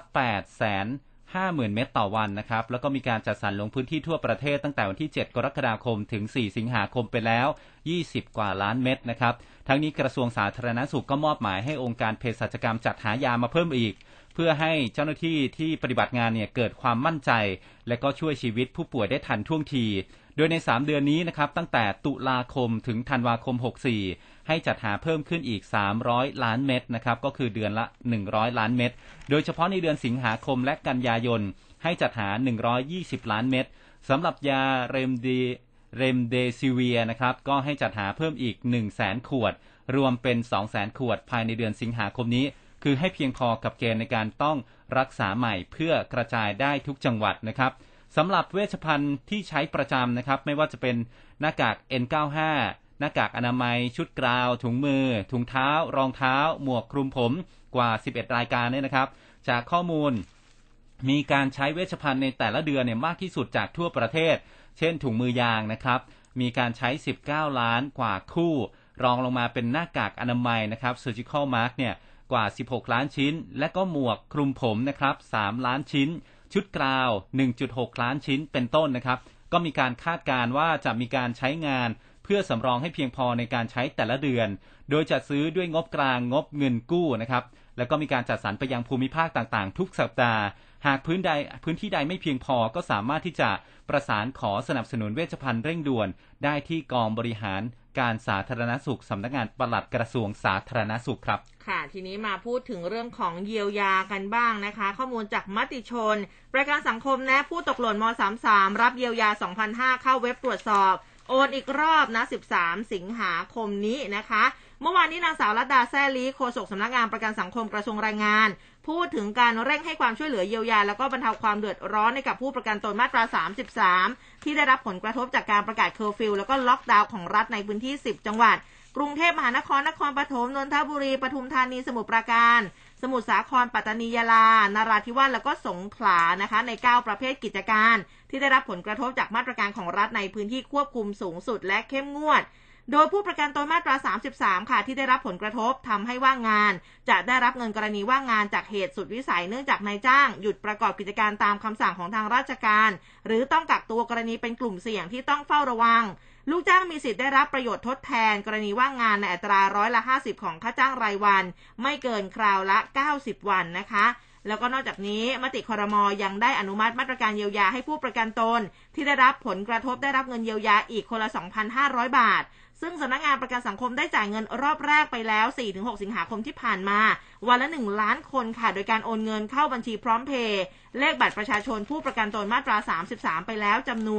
850,000 เม็ดต่อวันนะครับแล้วก็มีการจัดสรรลงพื้นที่ทั่วประเทศตั้งแต่วันที่ 7 กรกฎาคมถึง 4 สิงหาคมไปแล้ว20 กว่าล้านเม็ดนะครับทั้งนี้กระทรวงสาธารณสุขก็มอบหมายให้องค์การเภสัชกรรมจัดหายามาเพิ่มอีกเพื่อให้เจ้าหน้าที่ที่ปฏิบัติงานเนี่ยเกิดความมั่นใจและก็ช่วยชีวิตผู้ป่วยได้ทันท่วงทีโดยใน3เดือนนี้นะครับตั้งแต่ตุลาคมถึงธันวาคม64ให้จัดหาเพิ่มขึ้นอีก300ล้านเม็ดนะครับก็คือเดือนละ100ล้านเม็ดโดยเฉพาะในเดือนสิงหาคมและกันยายนให้จัดหา120ล้านเม็ดสำหรับยาเรมเดซิเวียนะครับก็ให้จัดหาเพิ่มอีก 100,000 ขวดรวมเป็น 200,000 ขวดภายในเดือนสิงหาคมนี้คือให้เพียงพอกับเกณฑ์ในการต้องรักษาใหม่เพื่อกระจายได้ทุกจังหวัดนะครับสำหรับเวชภัณฑ์ที่ใช้ประจำนะครับไม่ว่าจะเป็นหน้ากาก N95 หน้ากากอนามัยชุดกราวถุงมือถุงเท้ารองเท้าหมวกคลุมผมกว่า11รายการเนี่ยนะครับจากข้อมูลมีการใช้เวชภัณฑ์ในแต่ละเดือนเนี่ยมากที่สุดจากทั่วประเทศเช่นถุงมือยางนะครับมีการใช้19ล้านกว่าคู่รองลงมาเป็นหน้ากากอนามัยนะครับ Surgical Mask เนี่ยกว่า16ล้านชิ้นและก็หมวกคลุมผมนะครับ3ล้านชิ้นชุดกราว 1.6 ล้านชิ้นเป็นต้นนะครับก็มีการคาดการณ์ว่าจะมีการใช้งานเพื่อสำรองให้เพียงพอในการใช้แต่ละเดือนโดยจัดซื้อด้วยงบกลางงบเงินกู้นะครับแล้วก็มีการจัดสรรไปยังภูมิภาคต่างๆทุกสัปดาห์หากพื้นที่ใดไม่เพียงพอก็สามารถที่จะประสานขอสนับสนุนเวชภัณฑ์เร่งด่วนได้ที่กองบริหารการสาธารณสุขสำนักงานปลัดกระทรวงสาธารณสุขครับค่ะทีนี้มาพูดถึงเรื่องของเยียวยากันบ้างนะคะข้อมูลจากมติชนประกันสังคมแนะผู้ตกหล่นม.33 รับเยียวยา 2,500 เข้าเว็บตรวจสอบโอนอีกรอบนะ13 สิงหาคมนี้นะคะเมื่อวานนี้นางสาวรัตดาแซ่ลีโฆษกสำนักงานประกันสังคมกระทรวงแรงงานพูดถึงการเร่งให้ความช่วยเหลือเยียวยาแล้วก็บรรเทาความเดือดร้อนให้กับผู้ประกันตนมาตรา33ที่ได้รับผลกระทบจากการประกาศเคอร์ฟิวแล้วก็ล็อกดาวน์ของรัฐในพื้นที่10จังหวัดกรุงเทพมหานครนครปฐมนนทบุรีปทุมธานีสมุทรปราการสมุทรสาครปัตตานียะลานราธิวาสแล้วก็สงขลานะคะใน9ประเภทกิจการที่ได้รับผลกระทบจากมาตรการของรัฐในพื้นที่ควบคุมสูงสุดและเข้มงวดโดยผู้ประกันตนมาตรา33ค่ะที่ได้รับผลกระทบทำให้ว่างงานจะได้รับเงินกรณีว่างงานจากเหตุสุดวิสัยเนื่องจากนายจ้างหยุดประกอบกิจการตามคำสั่งของทางราชการหรือต้องกักตัวกรณีเป็นกลุ่มเสี่ยงที่ต้องเฝ้าระวังลูกจ้างมีสิทธิ์ได้รับประโยชน์ทดแทนกรณีว่างงานในอัตรา50%ของค่าจ้างรายวันไม่เกินคราวละ90วันนะคะแล้วก็นอกจากนี้มติครม.ยังได้อนุมัติมาตรการเยียวยาให้ผู้ประกันตนที่ได้รับผลกระทบได้รับเงินเยียวยาอีกคนละ 2,500 บาทซึ่งสำนักงานประกันสังคมได้จ่ายเงินรอบแรกไปแล้ว 4-6 สิงหาคมที่ผ่านมาวันละ1ล้านคนค่ะโดยการโอนเงินเข้าบัญชีพร้อมเพย์เลขบัตรประชาชนผู้ประกันตนมาตรา33ไปแล้วจำนวน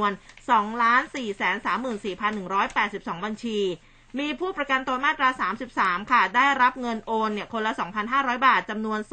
2,434,182 บัญชีมีผู้ประกันตนมาตรา33ค่ะได้รับเงินโอนเนี่ยคนละ 2,500 บาทจำนวน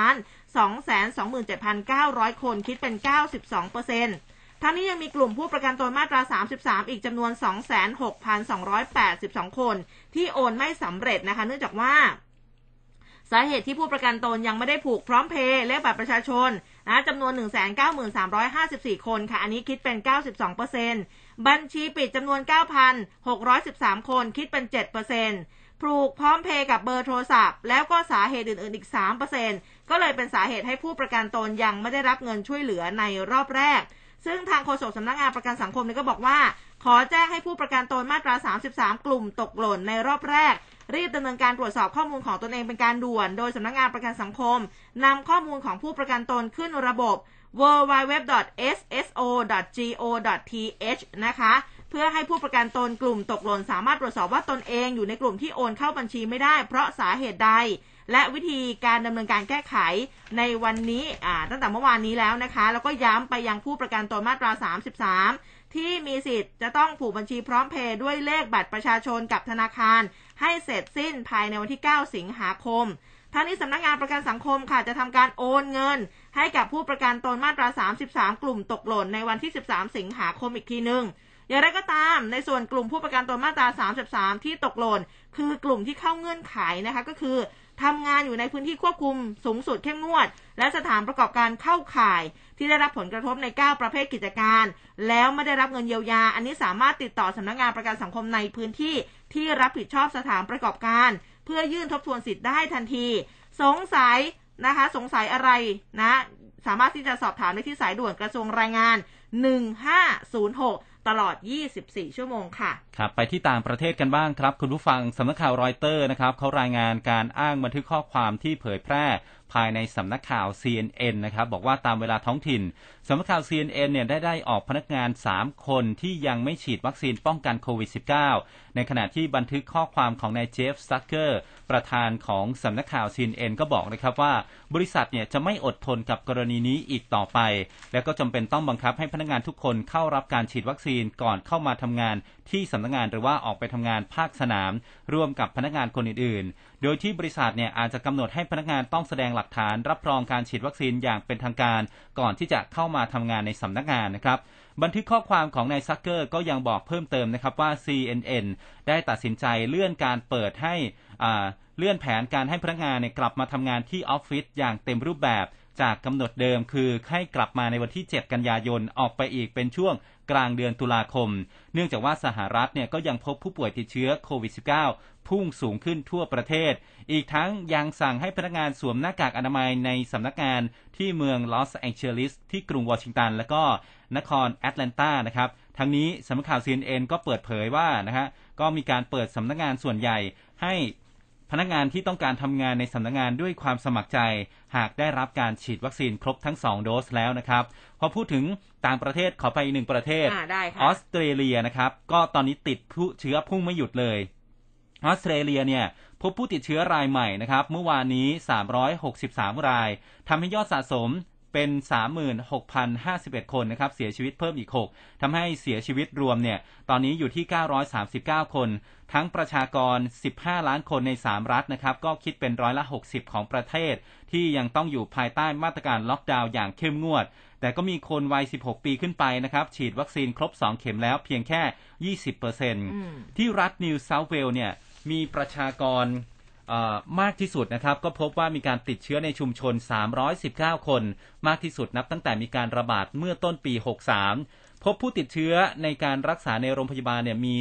2,227,900 คนคิดเป็น 92%ทั้งนี้ยังมีกลุ่มผู้ประกันตนมาตรา33อีกจำนวน 26,282 คนที่โอนไม่สำเร็จนะคะเนื่องจากว่าสาเหตุที่ผู้ประกันตนยังไม่ได้ผูกพร้อมเพย์เลขบัตรประชาชนนะจำนวน 193,354 คนค่ะอันนี้คิดเป็น 92%บัญชีปิดจำนวน 9,613 คนคิดเป็น 7%ผูกพร้อมเพย์กับเบอร์โทรศัพท์แล้วก็สาเหตุอื่นๆอีก 3% ก็เลยเป็นสาเหตุให้ผู้ประกันตนยังไม่ได้รับเงินช่วยเหลือในรอบแรกซึ่งทางโฆษกสำนักงานประกันสังคมก็บอกว่าขอแจ้งให้ผู้ประกันตนมาตรา 33 กลุ่มตกหล่นในรอบแรกรีบดำเนินการตรวจสอบข้อมูลของตนเองเป็นการด่วนโดยสำนักงานประกันสังคมนำข้อมูลของผู้ประกันตนขึ้นระบบ www.sso.go.th นะคะเพื่อให้ผู้ประกันตนกลุ่มตกหล่นสามารถตรวจสอบว่าตนเองอยู่ในกลุ่มที่โอนเข้าบัญชีไม่ได้เพราะสาเหตุใดและวิธีการดำเนินการแก้ไขในวันนี้ตั้งแต่เมื่อวานนี้แล้วนะคะแล้วก็ย้ำไปยังผู้ประกันตนมาตรา 33ที่มีสิทธิ์จะต้องผูกบัญชีพร้อมเพย์ด้วยเลขบัตรประชาชนกับธนาคารให้เสร็จสิ้นภายในวันที่ 9 สิงหาคมทั้งนี้สำนักงานประกันสังคมค่ะจะทำการโอนเงินให้กับผู้ประกันตนมาตรา 33 กลุ่มตกหล่นในวันที่ 13 สิงหาคมอีกทีนึงอย่างไรก็ตามในส่วนกลุ่มผู้ประกันตนมาตรา 33 ที่ตกหล่นคือกลุ่มที่เข้าเงื่อนไขนะคะก็คือทำงานอยู่ในพื้นที่ควบคุมสูงสุดเข้มงวดและสถานประกอบการเข้าข่ายที่ได้รับผลกระทบใน9ประเภทกิจการแล้วไม่ได้รับเงินเยียวยาอันนี้สามารถติดต่อสำนักงานประกันสังคมในพื้นที่ที่รับผิดชอบสถานประกอบการเพื่อยื่นทบทวนสิทธิ์ได้ทันทีสงสัยอะไรนะสามารถที่จะสอบถามได้ที่สายด่วนกระทรวงแรงงาน1506ตลอด24ชั่วโมงค่ะครับไปที่ต่างประเทศกันบ้างครับคุณผู้ฟังสำนักข่าวรอยเตอร์นะครับเขารายงานการอ้างบันทึกข้อความที่เผยแพร่ภายในสำนักข่าว CNN นะครับบอกว่าตามเวลาท้องถิ่นสำนักข่าว CNN เนี่ยได้ออกพนักงาน3คนที่ยังไม่ฉีดวัคซีนป้องกันโควิด -19 ในขณะที่บันทึกข้อความของนายเจฟซักเกอร์ประธานของสำนักข่าว CNN ก็บอกนะครับว่าบริษัทเนี่ยจะไม่อดทนกับกรณีนี้อีกต่อไปและก็จำเป็นต้องบังคับให้พนักงานทุกคนเข้ารับการฉีดวัคซีนก่อนเข้ามาทำงานที่สำนักงานหรือว่าออกไปทำงานภาคสนามร่วมกับพนักงานคนอื่นๆโดยที่บริษัทเนี่ยอาจจะกำหนดให้พนักงานต้องแสดงหลักฐานรับรองการฉีดวัคซีนอย่างเป็นทางการก่อนที่จะเข้ามาทำงานในสำนักงานนะครับบันทึกข้อความของนายซักเกอร์ก็ยังบอกเพิ่มเติมนะครับว่า CNN ได้ตัดสินใจเลื่อนการเปิดให้เลื่อนแผนการให้พนักงานกลับมาทำงานที่ออฟฟิศอย่างเต็มรูปแบบจากกำหนดเดิมคือให้กลับมาในวันที่7กันยายนออกไปอีกเป็นช่วงกลางเดือนตุลาคมเนื่องจากว่าสหรัฐเนี่ยก็ยังพบผู้ป่วยติดเชื้อโควิด -19 พุ่งสูงขึ้นทั่วประเทศอีกทั้งยังสั่งให้พนักงานสวมหน้ากากอนามัยในสำนักงานที่เมืองลอสแองเจลิสที่กรุงวอชิงตันและก็นครแอตแลนตานะครับทั้งนี้สำนักข่าว CNN ก็เปิดเผยว่าก็มีการเปิดสำนักงานส่วนใหญ่ให้พนักงานที่ต้องการทำงานในสำนักงานด้วยความสมัครใจหากได้รับการฉีดวัคซีนครบทั้ง2โดสแล้วนะครับพอพูดถึงต่างประเทศขอไปอีก1ประเทศออสเตรเลียนะครับก็ตอนนี้ติดผู้เชื้อพุ่งไม่หยุดเลยออสเตรเลียเนี่ยพบผู้ติดเชื้อรายใหม่นะครับเมื่อวานนี้363รายทำให้ยอดสะสมเป็น 36,051 คนนะครับเสียชีวิตเพิ่มอีก6ทำให้เสียชีวิตรวมเนี่ยตอนนี้อยู่ที่939คนทั้งประชากร15ล้านคนใน3รัฐนะครับก็คิดเป็น60%ของประเทศที่ยังต้องอยู่ภายใต้มาตรการล็อกดาวน์อย่างเข้มงวดแต่ก็มีคนวัย16ปีขึ้นไปนะครับฉีดวัคซีนครบ2เข็มแล้วเพียงแค่ 20% ที่รัฐนิวเซาท์เวลส์เนี่ยมีประชากรมากที่สุดนะครับก็พบว่ามีการติดเชื้อในชุมชน319คนมากที่สุดนับตั้งแต่มีการระบาดเมื่อต้นปี63พบผู้ติดเชื้อในการรักษาในโรงพยาบาลเนี่ยมี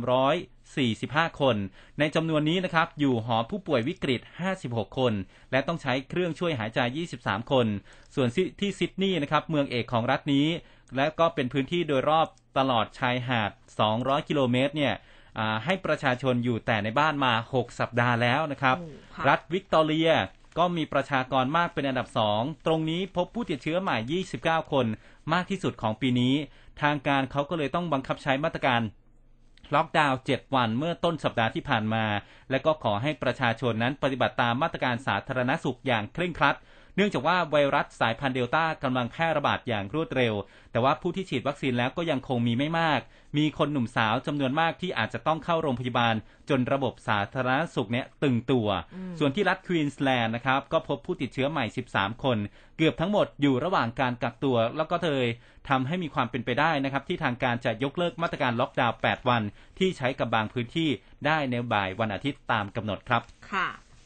345คนในจำนวนนี้นะครับอยู่หอผู้ป่วยวิกฤต56คนและต้องใช้เครื่องช่วยหายใจ23คนส่วนที่ซิดนีย์นะครับเมืองเอกของรัฐนี้และก็เป็นพื้นที่โดยรอบตลอดชายหาด200กิโลเมตรเนี่ยให้ประชาชนอยู่แต่ในบ้านมา6สัปดาห์แล้วนะครับรัฐวิกตอเรียก็มีประชากรมากเป็นอันดับ2ตรงนี้พบผู้ติดเชื้อใหม่29คนมากที่สุดของปีนี้ทางการเขาก็เลยต้องบังคับใช้มาตรการล็อกดาวน์7วันเมื่อต้นสัปดาห์ที่ผ่านมาและก็ขอให้ประชาชนนั้นปฏิบัติตามมาตรการสาธารณสุขอย่างเคร่งครัดเนื่องจากว่าไวรัสสายพันธุ์เดลต้ากำลังแพร่ระบาดอย่างรวดเร็วแต่ว่าผู้ที่ฉีดวัคซีนแล้วก็ยังคงมีไม่มากมีคนหนุ่มสาวจำนวนมากที่อาจจะต้องเข้าโรงพยาบาลจนระบบสาธารณสุขเนี่ยตึงตัวส่วนที่รัฐควีนสแลนด์นะครับก็พบผู้ติดเชื้อใหม่13คนเกือบทั้งหมดอยู่ระหว่างการกักตัวแล้วก็เลยทำให้มีความเป็นไปได้นะครับที่ทางการจะยกเลิกมาตรการล็อกดาวน์8วันที่ใช้กับบางพื้นที่ได้ในบ่ายวันอาทิตย์ตามกำหนดครับค่ะ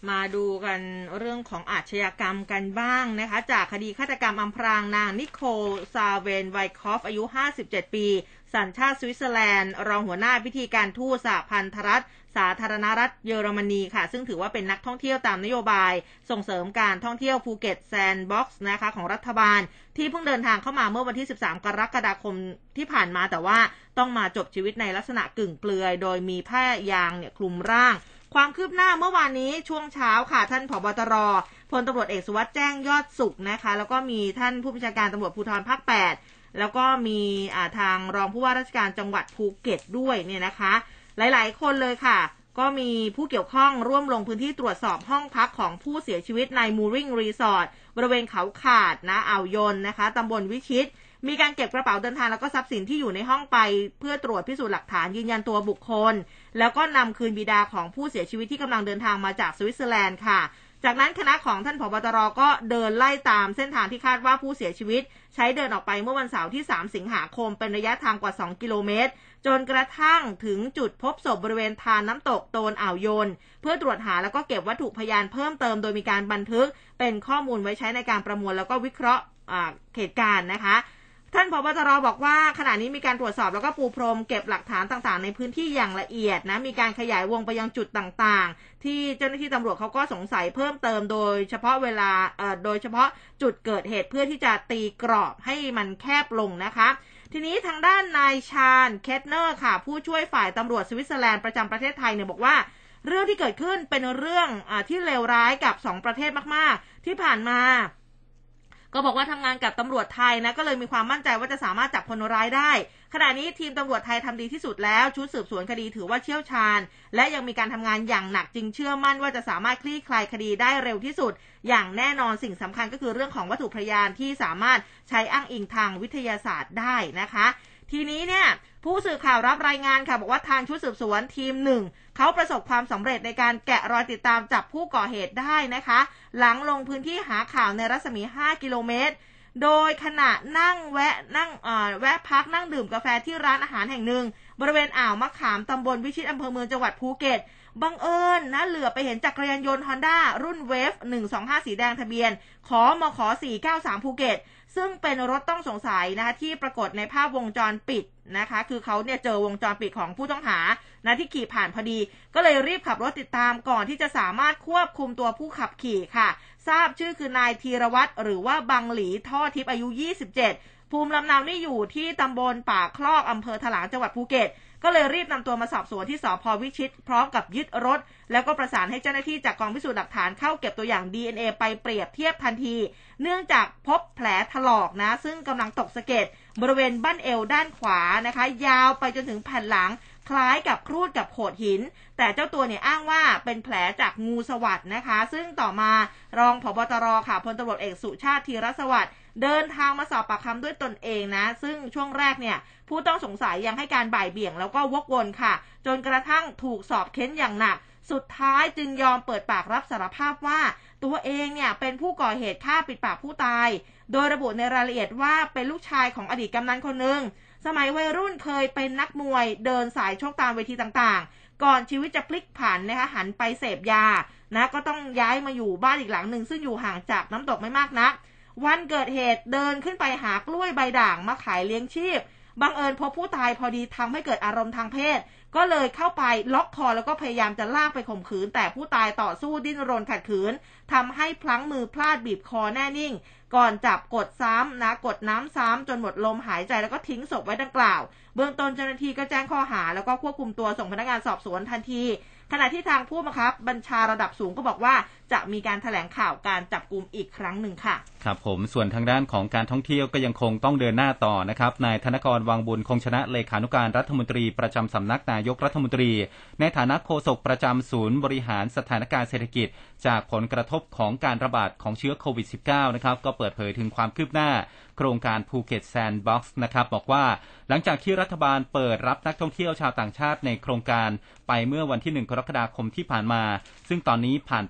มาดูกันเรื่องของอาชญากรรมกันบ้างนะคะจากคดีฆาตกรรมอำพรางนางนิโคลซาเวนไวคอฟอายุ57ปีสัญชาติสวิตเซอร์แลนด์รองหัวหน้าพิธีการทูตสหพันธรัฐสาธารณรัฐเยอรมนีค่ะซึ่งถือว่าเป็นนักท่องเที่ยวตามนโยบายส่งเสริมการท่องเที่ยวภูเก็ตแซนด์บ็อกซ์นะคะของรัฐบาลที่เพิ่งเดินทางเข้ามาเมื่อวันที่13กรกฎาคมที่ผ่านมาแต่ว่าต้องมาจบชีวิตในลักษณะกึ่งเปลือยโดยมีผ้ายางเนี่ยคลุมร่างความคืบหน้าเมื่อวานนี้ช่วงเช้าค่ะท่านผบ.ตร.พลตำรวจเอกสุวัสดิ์แจ้งยอดสุขนะคะแล้วก็มีท่านผู้บัญชาการตำรวจภูธรภาค8แล้วก็มีทางรองผู้ว่าราชการจังหวัดภูเก็ตด้วยเนี่ยนะคะหลายๆคนเลยค่ะก็มีผู้เกี่ยวข้องร่วมลงพื้นที่ตรวจสอบห้องพักของผู้เสียชีวิตในมูริงรีสอร์ทบริเวณเขาขาดนะอ่าวยนนะคะตำบลวิชิตมีการเก็บกระเป๋าเดินทางแล้วก็ทรัพย์สินที่อยู่ในห้องไปเพื่อตรวจพิสูจน์หลักฐานยืนยันตัวบุคคลแล้วก็นำคืนบิดาของผู้เสียชีวิตที่กำลังเดินทางมาจากสวิตเซอร์แลนด์ค่ะจากนั้นคณะของท่านผบ.ตร.ก็เดินไล่ตามเส้นทางที่คาดว่าผู้เสียชีวิตใช้เดินออกไปเมื่อวันเสาร์ที่3สิงหาคมเป็นระยะทางกว่า2กิโลเมตรจนกระทั่งถึงจุดพบศพบริเวณทานน้ำตกโตนอ่าวยนเพื่อตรวจหาแล้วก็เก็บวัตถุพยานเพิ่มเติมโดยมีการบันทึกเป็นข้อมูลไว้ใช้ในการประมวลแล้วก็วิเคราะห์เหตุการณ์นะคะท่านผบ.ตร.บอกว่าขณะนี้มีการตรวจสอบแล้วก็ปูพรมเก็บหลักฐานต่างๆในพื้นที่อย่างละเอียดนะมีการขยายวงไปยังจุดต่างๆที่เจ้าหน้าที่ตำรวจเขาก็สงสัยเพิ่มเติมโดยเฉพาะโดยเฉพาะจุดเกิดเหตุเพื่อที่จะตีกรอบให้มันแคบลงนะคะทีนี้ทางด้านนายชาญเคทเนอร์ค่ะผู้ช่วยฝ่ายตำรวจสวิตเซอร์แลนด์ประจำประเทศไทยเนี่ยบอกว่าเรื่องที่เกิดขึ้นเป็นเรื่องที่เลวร้ายกับ2ประเทศมากๆที่ผ่านมาก็บอกว่าทำงานกับตำรวจไทยนะก็เลยมีความมั่นใจว่าจะสามารถจับคนร้ายได้ขณะนี้ทีมตำรวจไทยทำดีที่สุดแล้วชุดสืบสวนคดีถือว่าเชี่ยวชาญและยังมีการทำงานอย่างหนักจึงเชื่อมั่นว่าจะสามารถคลี่คลายคดีได้เร็วที่สุดอย่างแน่นอนสิ่งสำคัญก็คือเรื่องของวัตถุพยานที่สามารถใช้อ้างอิงทางวิทยาศาสตร์ได้นะคะทีนี้เนี่ยผู้สื่อข่าวรับรายงานค่ะบอกว่าทางชุดสืบสวนทีม1เขาประสบความสำเร็จในการแกะรอยติดตามจับผู้ก่อเหตุได้นะคะหลังลงพื้นที่หาข่าวในรัศมี5กิโลเมตรโดยขณะนั่งแวะพักนั่งดื่มกาแฟที่ร้านอาหารแห่งหนึ่งบริเวณอ่าวมะขามตำบลวิชิตอำเภอเมืองจังหวัดภูเก็ตบังเอิญนะเหลือไปเห็นจักรยานยนต์ Honda รุ่น Wave 125สีแดงทะเบียนขอมข493ภูเก็ตซึ่งเป็นรถต้องสงสัยนะคะที่ปรากฏในภาพวงจรปิดนะคะคือเขาเนี่ยเจอวงจรปิดของผู้ต้องหานะที่ขี่ผ่านพอดีก็เลยรีบขับรถติดตามก่อนที่จะสามารถควบคุมตัวผู้ขับขี่ค่ะทราบชื่อคือนายธีรวัตรหรือว่าบังหลีท่อทิพย์อายุ27ภูมิลำเนานี่อยู่ที่ตำบลป่าคลอกอำเภอถลางจังหวัดภูเก็ตก็เลยรีบนำตัวมาสอบสวนที่สภ.วิชิตพร้อมกับยึดรถแล้วก็ประสานให้เจ้าหน้าที่จากกองพิสูจน์หลักฐานเข้าเก็บตัวอย่าง DNA ไปเปรียบเทียบทันทีเนื่องจากพบแผลถลอกนะซึ่งกำลังตกสะเก็ดบริเวณบั้นเอวด้านขวานะคะยาวไปจนถึงแผ่นหลังคล้ายกับครูดกับโขดหินแต่เจ้าตัวเนี่ยอ้างว่าเป็นแผลจากงูสวัสด์นะคะซึ่งต่อมารองผบ.ตร.ค่ะพลตำรวจเอกสุชาติธีรสวัสดิ์เดินทางมาสอบปากคำด้วยตนเองนะซึ่งช่วงแรกเนี่ยผู้ต้องสงสัยยังให้การบ่ายเบี่ยงแล้วก็วกวนค่ะจนกระทั่งถูกสอบเค้นอย่างหนักสุดท้ายจึงยอมเปิดปากรับสารภาพว่าตัวเองเนี่ยเป็นผู้ก่อเหตุฆ่าปิดปากผู้ตายโดยระบุในรายละเอียดว่าเป็นลูกชายของอดีตกำนันคนหนึ่งสมัยวัยรุ่นเคยเป็นนักมวยเดินสายชกตามเวทีต่างๆก่อนชีวิตจะพลิกผันนะคะหันไปเสพยานะก็ต้องย้ายมาอยู่บ้านอีกหลังหนึ่งซึ่งอยู่ห่างจากน้ำตกไม่มากนักวันเกิดเหตุเดินขึ้นไปหากล้วยใบด่างมาขายเลี้ยงชีพบังเอิญพบผู้ตายพอดีทำให้เกิดอารมณ์ทางเพศก็เลยเข้าไปล็อกคอแล้วก็พยายามจะลากไปข่มขืนแต่ผู้ตายต่อสู้ดิ้นรนขัดขืนทำให้พลั้งมือพลาดบีบคอแน่นิ่งก่อนจับกดซ้ำนะกดน้ำซ้ำจนหมดลมหายใจแล้วก็ทิ้งศพไว้ดังกล่าวเบื้องต้นเจ้าหน้าที่ก็แจ้งข้อหาแล้วก็ควบคุมตัวส่งพนักงานสอบสวนทันทีขณะที่ทางผู้บังคับบัญชาระดับสูงก็บอกว่าจะมีการแถลงข่าวการจับกุมอีกครั้งหนึ่งค่ะครับผมส่วนทางด้านของการท่องเที่ยวก็ยังคงต้องเดินหน้าต่อนะครับนายธนกรวังบุญคงชนะเลขานุการรัฐมนตรีประจำสำนักนายกรัฐมนตรีในฐานะโฆษกประจำศูนย์บริหารสถานการณ์เศรษฐกิจจากผลกระทบของการระบาดของเชื้อโควิด -19 นะครับก็เปิดเผยถึงความคืบหน้าโครงการภูเก็ตแซนด์บ็อกซ์นะครับบอกว่าหลังจากที่รัฐบาลเปิดรับนักท่องเที่ยวชาวต่างชาติในโครงการไปเมื่อวันที่1กรกฎาคมที่ผ่านมาซึ่งตอนนี้ผ่านไป1เดือน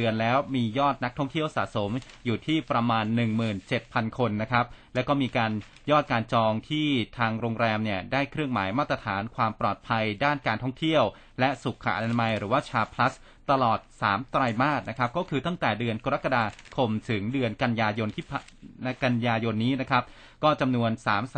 อนแล้วมียอดนักท่องเที่ยวสะสมอยู่ที่ประมาณ 17,000 คนนะครับและก็มีการยอดการจองที่ทางโรงแรมเนี่ยได้เครื่องหมายมาตรฐานความปลอดภัยด้านการท่องเที่ยวและสุขอนามัยหรือว่าชา plus ตลอด3ไตรมาสนะครับก็คือตั้งแต่เดือนกรกฎาคมถึงเดือนกันยายนนี้นะครับก็จำนวน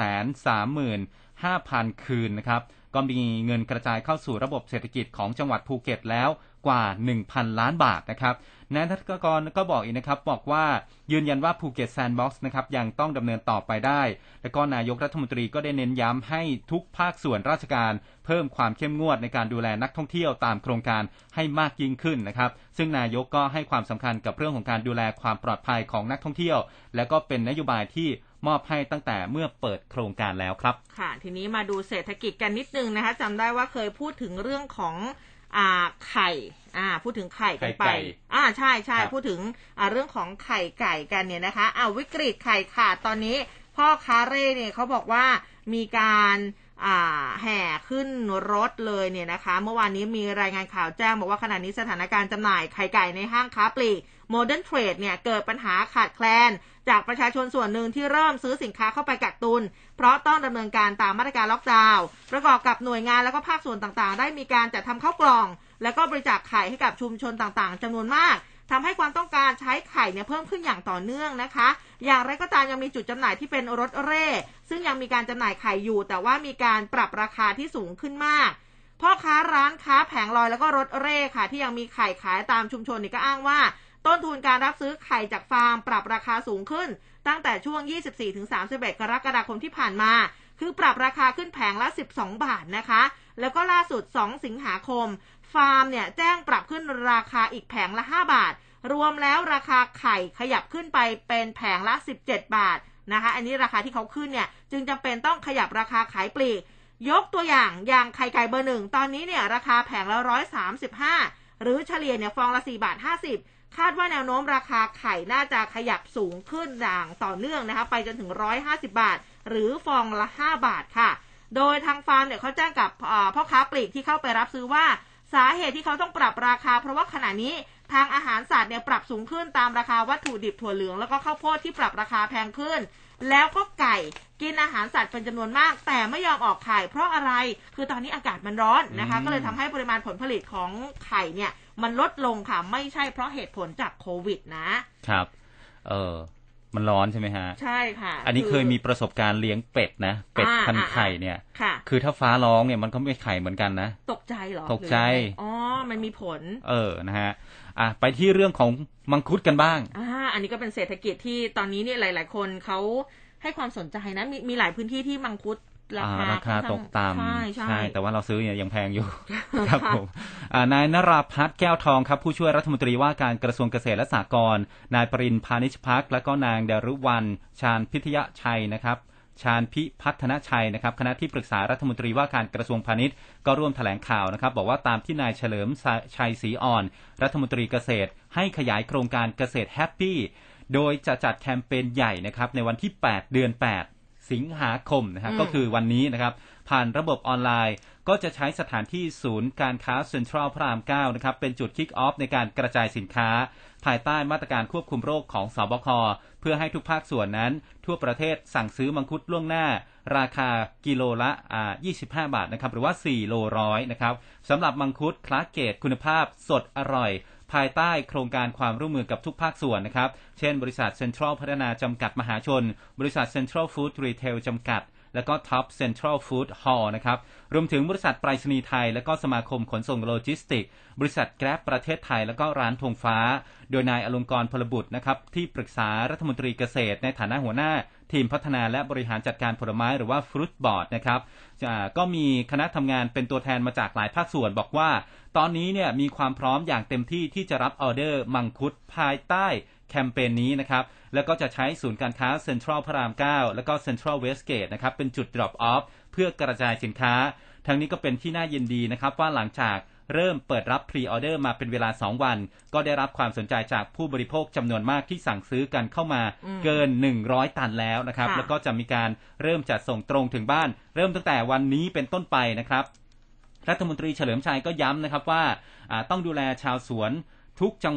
335,000 คืนนะครับก็มีเงินกระจายเข้าสู่ระบบเศรษฐกิจของจังหวัดภูเก็ตแล้วกว่า 1,000 ล้านบาทนะครับนายธนกรก็บอกอีกนะครับบอกว่ายืนยันว่าภูเก็ตแซนด์บ็อกซ์นะครับยังต้องดำเนินต่อไปได้และก็นายกรัฐมนตรีก็ได้เน้นย้ำให้ทุกภาคส่วนราชการเพิ่มความเข้มงวดในการดูแลนักท่องเที่ยวตามโครงการให้มากยิ่งขึ้นนะครับซึ่งนายกก็ให้ความสำคัญกับเรื่องของการดูแลความปลอดภัยของนักท่องเที่ยวและก็เป็นนโยบายที่มอบให้ตั้งแต่เมื่อเปิดโครงการแล้วครับค่ะทีนี้มาดูเศรษฐกิจกันนิดนึงนะคะจำได้ว่าเคยพูดถึงเรื่องของไข่พูดถึงไข่กันไปใช่พูดถึงเรื่องของไข่ไก่กันเนี่ยนะคะวิกฤตไข่ขาดตอนนี้พ่อค้าเร่เนี่ยเขาบอกว่ามีการแห่ขึ้นรถเลยเนี่ยนะคะเมื่อวานนี้มีรายงานข่าวแจ้งบอกว่าขณะนี้สถานการณ์จำหน่ายไข่ไก่ในห้างค้าปลีก Modern Trade เนี่ยเกิดปัญหาขาดแคลนจากประชาชนส่วนหนึ่งที่เริ่มซื้อสินค้าเข้าไปกักตุนเพราะต้องดำเนินการตามมาตรการล็อกดาวน์ประกอบกับหน่วยงานและก็ภาคส่วนต่างๆได้มีการจัดทำข้าวกล่องและก็บริจาคไข่ให้กับชุมชนต่างๆจำนวนมากทำให้ความต้องการใช้ไข่เนี่ยเพิ่มขึ้นอย่างต่อเนื่องนะคะอย่างไรก็ตามยังมีจุดจำหน่ายที่เป็นรถเร่ซึ่งยังมีการจำหน่ายไข่อยู่แต่ว่ามีการปรับราคาที่สูงขึ้นมากพ่อค้าร้านค้าแผงลอยแล้วก็รถเร่ค่ะที่ยังมีไข่ขายตามชุมชนนี่ก็อ้างว่าต้นทุนการรับซื้อไข่จากฟาร์มปรับราคาสูงขึ้นตั้งแต่ช่วง 24-31 กรกฎาคมที่ผ่านมาคือปรับราคาขึ้นแผงละ12 บาทนะคะแล้วก็ล่าสุด2 สิงหาคมฟาร์มเนี่ยแจ้งปรับขึ้นราคาอีกแผงละ5 บาทรวมแล้วราคาไข่ขยับขึ้นไปเป็นแผงละ17 บาทนะคะอันนี้ราคาที่เขาขึ้นเนี่ยจึงจำเป็นต้องขยับราคาขายปลีกยกตัวอย่างไข่ไก่เบอร์1ตอนนี้เนี่ยราคาแผงละ135หรือเฉลี่ยเนี่ยฟองละ4.50 บาทคาดว่าแนวโน้มราคาไข่น่าจะขยับสูงขึ้นอย่างต่อเนื่องนะคะไปจนถึง150 บาทหรือฟองละ5 บาทค่ะโดยทางฟาร์มเนี่ยเขาแจ้งกับพ่อค้าปลีกที่เข้าไปรับซื้อว่าสาเหตุที่เขาต้องปรับราคาเพราะว่าขณะนี้ทางอาหารสัตว์เนี่ยปรับสูงขึ้นตามราคาวัตถุดิบถั่วเหลืองแล้วก็ข้าวโพดที่ปรับราคาแพงขึ้นแล้วก็ไก่กินอาหารสัตว์เป็นจำนวนมากแต่ไม่ยอมออกไข่เพราะอะไรคือตอนนี้อากาศมันร้อนนะคะก็เลยทำให้ปริมาณผลผลิตของไข่เนี่ยมันลดลงค่ะไม่ใช่เพราะเหตุผลจากโควิดนะครับมันร้อนใช่ไหมฮะใช่ค่ะอันนี้เคยมีประสบการณ์เลี้ยงเป็ดนะเป็ดพันไข่เนี่ยคือถ้าฟ้าร้องเนี่ยมันก็ไม่ไข่เหมือนกันนะตกใจเหรอตกใจมันมีผลนะฮะไปที่เรื่องของมังคุดกันบ้างอันนี้ก็เป็นเศรษฐกิจที่ตอนนี้เนี่ยหลายๆคนเขาให้ความสนใจนะมีหลายพื้นที่ที่มังคุดราคาตกต่ำใช่แต่ว่าเราซื้อเนี่ยยังแพงอยู่ครับผมนายนราพัฒน์แก้วทองครับผู้ช่วยรัฐมนตรีว่าการกระทรวงเกษตรและสหกรณ์นายปรินพานิชภักและก็นางดารุวรรณชาญพิทยชัยนะครับชาญพิพัฒนชัยนะครับคณะที่ปรึกษารัฐมนตรีว่าการกระทรวงพาณิชย์ก็ร่วมแถลงข่าวนะครับบอกว่าตามที่นายเฉลิมชัยศรีอ่อนรัฐมนตรีเกษตรให้ขยายโครงการเกษตรแฮปปี้โดยจะจัดแคมเปญใหญ่นะครับในวันที่8 เดือน 8สิงหาคมนะครับก็คือวันนี้นะครับผ่านระบบออนไลน์ก็จะใช้สถานที่ศูนย์การค้าเซ็นทรัลพระราม 9นะครับเป็นจุดคิกออฟในการกระจายสินค้าภายใต้มาตรการควบคุมโรคของสบคเพื่อให้ทุกภาคส่วนนั้นทั่วประเทศสั่งซื้อมังคุดล่วงหน้าราคากิโลละ25 บาทนะครับหรือว่า4โลร้อยนะครับสำหรับมังคุดคลาสเกรดคุณภาพสดอร่อยภายใต้โครงการความร่วมมือกับทุกภาคส่วนนะครับเช่นบริษัทเซ็นทรัลพัฒนาจำกัดมหาชนบริษัทเซ็นทรัลฟู้ดรีเทลจำกัดและก็ท็อปเซ็นทรัลฟู้ดฮอลล์นะครับรวมถึงบริษัทไปรษณีย์ไทยและก็สมาคมขนส่งโลจิสติกบริษัทแกร็บประเทศไทยและก็ร้านธงฟ้าโดยนายอลงกรณ์พลบุตรนะครับที่ปรึกษารัฐมนตรีเกษตรในฐานะหัวหน้าทีมพัฒนาและบริหารจัดการผลไม้หรือว่าฟรุตบอร์ดนะครับก็มีคณะทำงานเป็นตัวแทนมาจากหลายภาคส่วนบอกว่าตอนนี้เนี่ยมีความพร้อมอย่างเต็มที่ที่จะรับออเดอร์มังคุดภายใต้แคมเปญนี้นะครับแล้วก็จะใช้ศูนย์การค้าเซ็นทรัลพระราม 9แล้วก็เซ็นทรัลเวสเกตนะครับเป็นจุด drop off เพื่อกระจายสินค้าทั้งนี้ก็เป็นที่น่ายินดีนะครับว่าหลังจากเริ่มเปิดรับพรีออเดอร์มาเป็นเวลา2 วันก็ได้รับความสนใจจากผู้บริโภคจำนวนมากที่สั่งซื้อกันเข้ามาเกิน100 ตันแล้วนะครับแล้วก็จะมีการเริ่มจัดส่งตรงถึงบ้านเริ่มตั้งแต่วันนี้เป็นต้นไปนะครับรัฐมนตรีเฉลิมชัยก็ย้ำนะครับว่าต้องดูแลชาวสวนทุกจังหวัด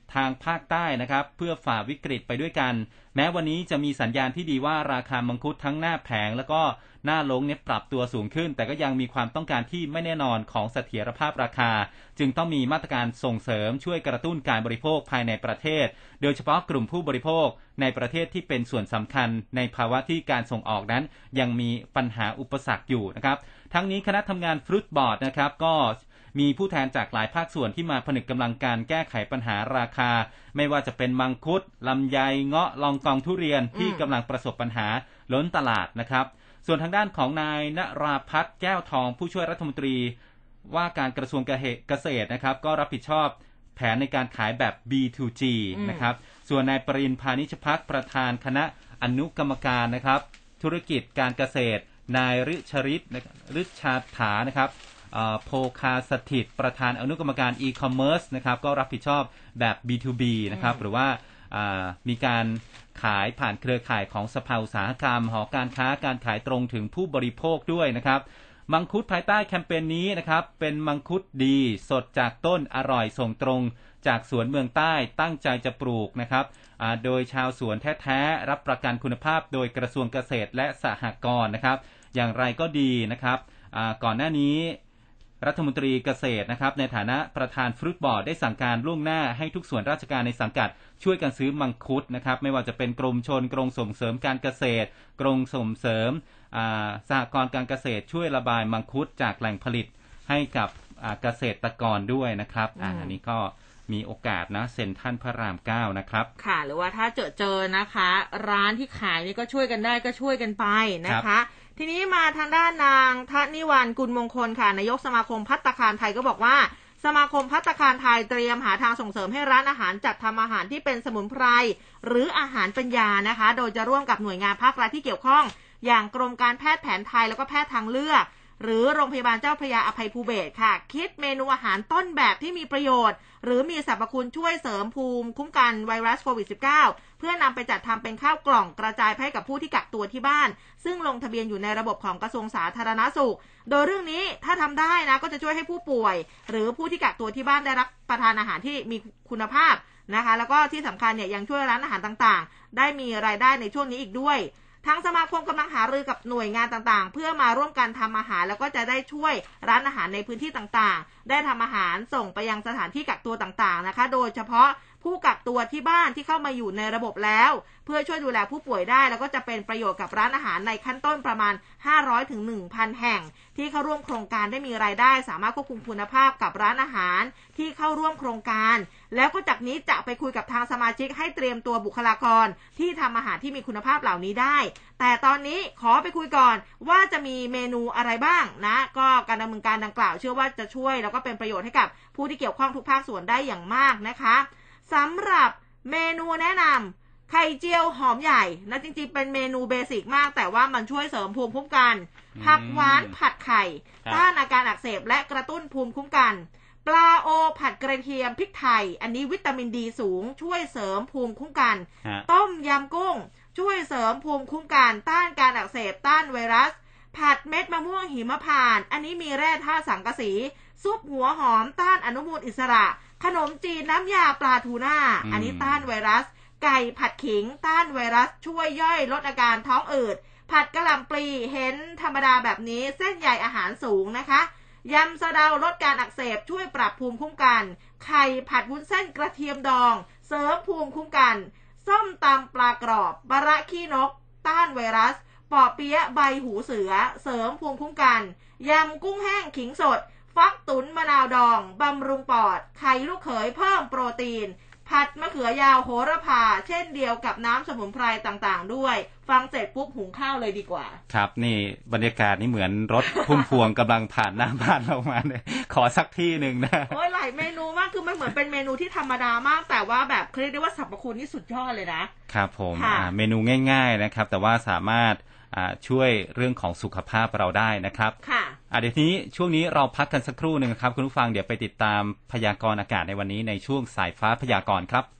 ทางภาคใต้นะครับเพื่อฝ่าวิกฤตไปด้วยกันแม้วันนี้จะมีสัญญาณที่ดีว่าราคามังคุดทั้งหน้าแผงแล้วก็หน้าลงเนี่ยปรับตัวสูงขึ้นแต่ก็ยังมีความต้องการที่ไม่แน่นอนของเสถียรภาพราคาจึงต้องมีมาตรการส่งเสริมช่วยกระตุ้นการบริโภคภายในประเทศโดยเฉพาะกลุ่มผู้บริโภคในประเทศที่เป็นส่วนสำคัญในภาวะที่การส่งออกนั้นยังมีปัญหาอุปสรรคอยู่นะครับทั้งนี้คณะทำงานฟรุตบอร์ดนะครับก็มีผู้แทนจากหลายภาคส่วนที่มาผนึกกำลังการแก้ไขปัญหาราคาไม่ว่าจะเป็นมังคุดลำไยเงาะลองกองทุเรียนที่กำลังประสบปัญหาล้นตลาดนะครับส่วนทางด้านของนายณราพัฒน์แก้วทองผู้ช่วยรัฐมนตรีว่าการกระทรวงเกษตรนะครับก็รับผิดชอบแผนในการขายแบบ B2G นะครับส่วนนายปรินทร์พานิชภักประธานคณะอนุกรรมการนะครับธุรกิจการเกษตรนายฤชาถานะครับโพคาสถิตประธานอนุกรรมการ e-commerce นะครับก็รับผิดชอบแบบ B2B นะครับหรือว่ามีการขายผ่านเครือข่ายของสภาอุตสาหกรรมหอการค้าการขายตรงถึงผู้บริโภคด้วยนะครับมังคุดภายใต้แคมเปญนี้นะครับเป็นมังคุดดีสดจากต้นอร่อยส่งตรงจากสวนเมืองใต้ตั้งใจจะปลูกนะครับโดยชาวสวนแท้ๆรับประกันคุณภาพโดยกระทรวงเกษตรและสหกรณ์นะครับอย่างไรก็ดีนะครับก่อนหน้านี้รัฐมนตรีเกษตรนะครับในฐานะประธานฟรุตบอร์ดได้สั่งการล่วงหน้าให้ทุกส่วนราชการในสังกัดช่วยกันซื้อมังคุดนะครับไม่ว่าจะเป็นกรมชลกรมส่งเสริมการเกษตรกรมส่งเสริมสหกรณ์การเกษตรช่วยระบายมังคุดจากแหล่งผลิตให้กับเกษตรกรด้วยนะครับอันนี้ก็มีโอกาสนะเซ็นทรัลพระราม9นะครับค่ะหรือว่าถ้าเจอนะคะร้านที่ขายนี่ก็ช่วยกันได้ก็ช่วยกันไปนะคะทีนี้มาทางด้านนางทนิวรรณกุลมงคลค่ะนายกสมาคมภัตตาคารไทยก็บอกว่าสมาคมภัตตาคารไทยเตรียมหาทางส่งเสริมให้ร้านอาหารจัดทำอาหารที่เป็นสมุนไพรหรืออาหารเป็นยานะคะโดยจะร่วมกับหน่วยงานภาครัฐที่เกี่ยวข้องอย่างกรมการแพทย์แผนไทยแล้วก็แพทย์ทางเลือกหรือโรงพยาบาลเจ้าพระยาอภัยภูเบศรค่ะคิดเมนูอาหารต้นแบบที่มีประโยชน์หรือมีสรรพคุณช่วยเสริมภูมิคุ้มกันไวรัสโควิด -19 เพื่อนำไปจัดทำเป็นข้าวกล่องกระจายให้กับผู้ที่กักตัวที่บ้านซึ่งลงทะเบียนอยู่ในระบบของกระทรวงสาธารณสุขโดยเรื่องนี้ถ้าทำได้นะก็จะช่วยให้ผู้ป่วยหรือผู้ที่กักตัวที่บ้านได้รับประทานอาหารที่มีคุณภาพนะคะแล้วก็ที่สำคัญเนี่ยยังช่วยร้านอาหารต่างๆได้มีรายได้ในช่วงนี้อีกด้วยทางสมาคมกำลังหารือกับหน่วยงานต่างๆเพื่อมาร่วมกันทำอาหารแล้วก็จะได้ช่วยร้านอาหารในพื้นที่ต่างๆได้ทำอาหารส่งไปยังสถานที่กักตัวต่างๆนะคะโดยเฉพาะผู้กักตัวที่บ้านที่เข้ามาอยู่ในระบบแล้วเพื่อช่วยดูแลผู้ป่วยได้แล้วก็จะเป็นประโยชน์กับร้านอาหารในขั้นต้นประมาณ 500 ถึง 1,000 แห่งที่เข้าร่วมโครงการได้มีรายได้สามารถควบคุมคุณภาพกับร้านอาหารที่เข้าร่วมโครงการแล้วก็จากนี้จะไปคุยกับทางสมาชิกให้เตรียมตัวบุคลากรที่ทำอาหารที่มีคุณภาพเหล่านี้ได้แต่ตอนนี้ขอไปคุยก่อนว่าจะมีเมนูอะไรบ้างนะก็การดำเนินการดังกล่าวเชื่อว่าจะช่วยแล้วก็เป็นประโยชน์ให้กับผู้ที่เกี่ยวข้องทุกภาคส่วนได้อย่างมากนะคะสำหรับเมนูแนะนำไข่เจียวหอมใหญ่นะจริงๆเป็นเมนูเบสิกมากแต่ว่ามันช่วยเสริมภูมิคุ้มกันผักหวานผัดไข่ต้านอาการอักเสบและกระตุ้นภูมิคุ้มกันปลาโอผัดกระเทียมพริกไทยอันนี้วิตามินดีสูงช่วยเสริมภูมิคุ้มกันต้มยำกุ้งช่วยเสริมภูมิคุ้มกันต้านการอักเสบต้านไวรัสผัดเม็ดมะม่วงหิมพานต์อันนี้มีแร่ธาตุสังกะสีซุปหัวหอมต้านอนุมูลอิสระขนมจีนน้ำยาปลาทูน่าอันนี้ต้านไวรัสไก่ผัดขิงต้านไวรัสช่วยย่อยลดอาการท้องอืดผัดกะหล่ำปลีเห็นธรรมดาแบบนี้เส้นใยอาหารสูงนะคะยำสะเดาลดการอักเสบช่วยปรับภูมิคุ้มกันไข่ผัดวุ้นเส้นกระเทียมดองเสริมภูมิคุ้มกันส้มตำปลากรอบบะระขี้นกต้านไวรัสปอเปี๊ยะใบหูเสือเสริมภูมิคุ้มกันยำกุ้งแห้งขิงสดฟักตุ๋นมะนาวดองบำรุงปอดไข่ลูกเขยเพิ่มโปรตีนผัดมะเขือยาวโหระพาเช่นเดียวกับน้ำสมุนไพรต่างๆด้วยฟังเสร็จปุ๊บหุงข้าวเลยดีกว่าครับนี่บรรยากาศนี่เหมือนรถพุ่มพวงกำลังผ่านหน้าบ้านเรามาเลยขอสักที่หนึ่งนะโอ้ยหลายเมนูมากคือมันเหมือนเป็นเมนูที่ธรรมดามากแต่ว่าแบบเรียกได้ว่าสรรพคุณนี่สุดยอดเลยนะครับผมเมนูง่ายๆนะครับแต่ว่าสามารถช่วยเรื่องของสุขภาพเราได้นะครับค่ะเดี๋ยวนี้ช่วงนี้เราพักกันสักครู่หนึ่งครับคุณผู้ฟังเดี๋ยวไปติดตามพยากรณ์อากาศในวันนี้ในช่วงสายฟ้าพยากรณ์ครับ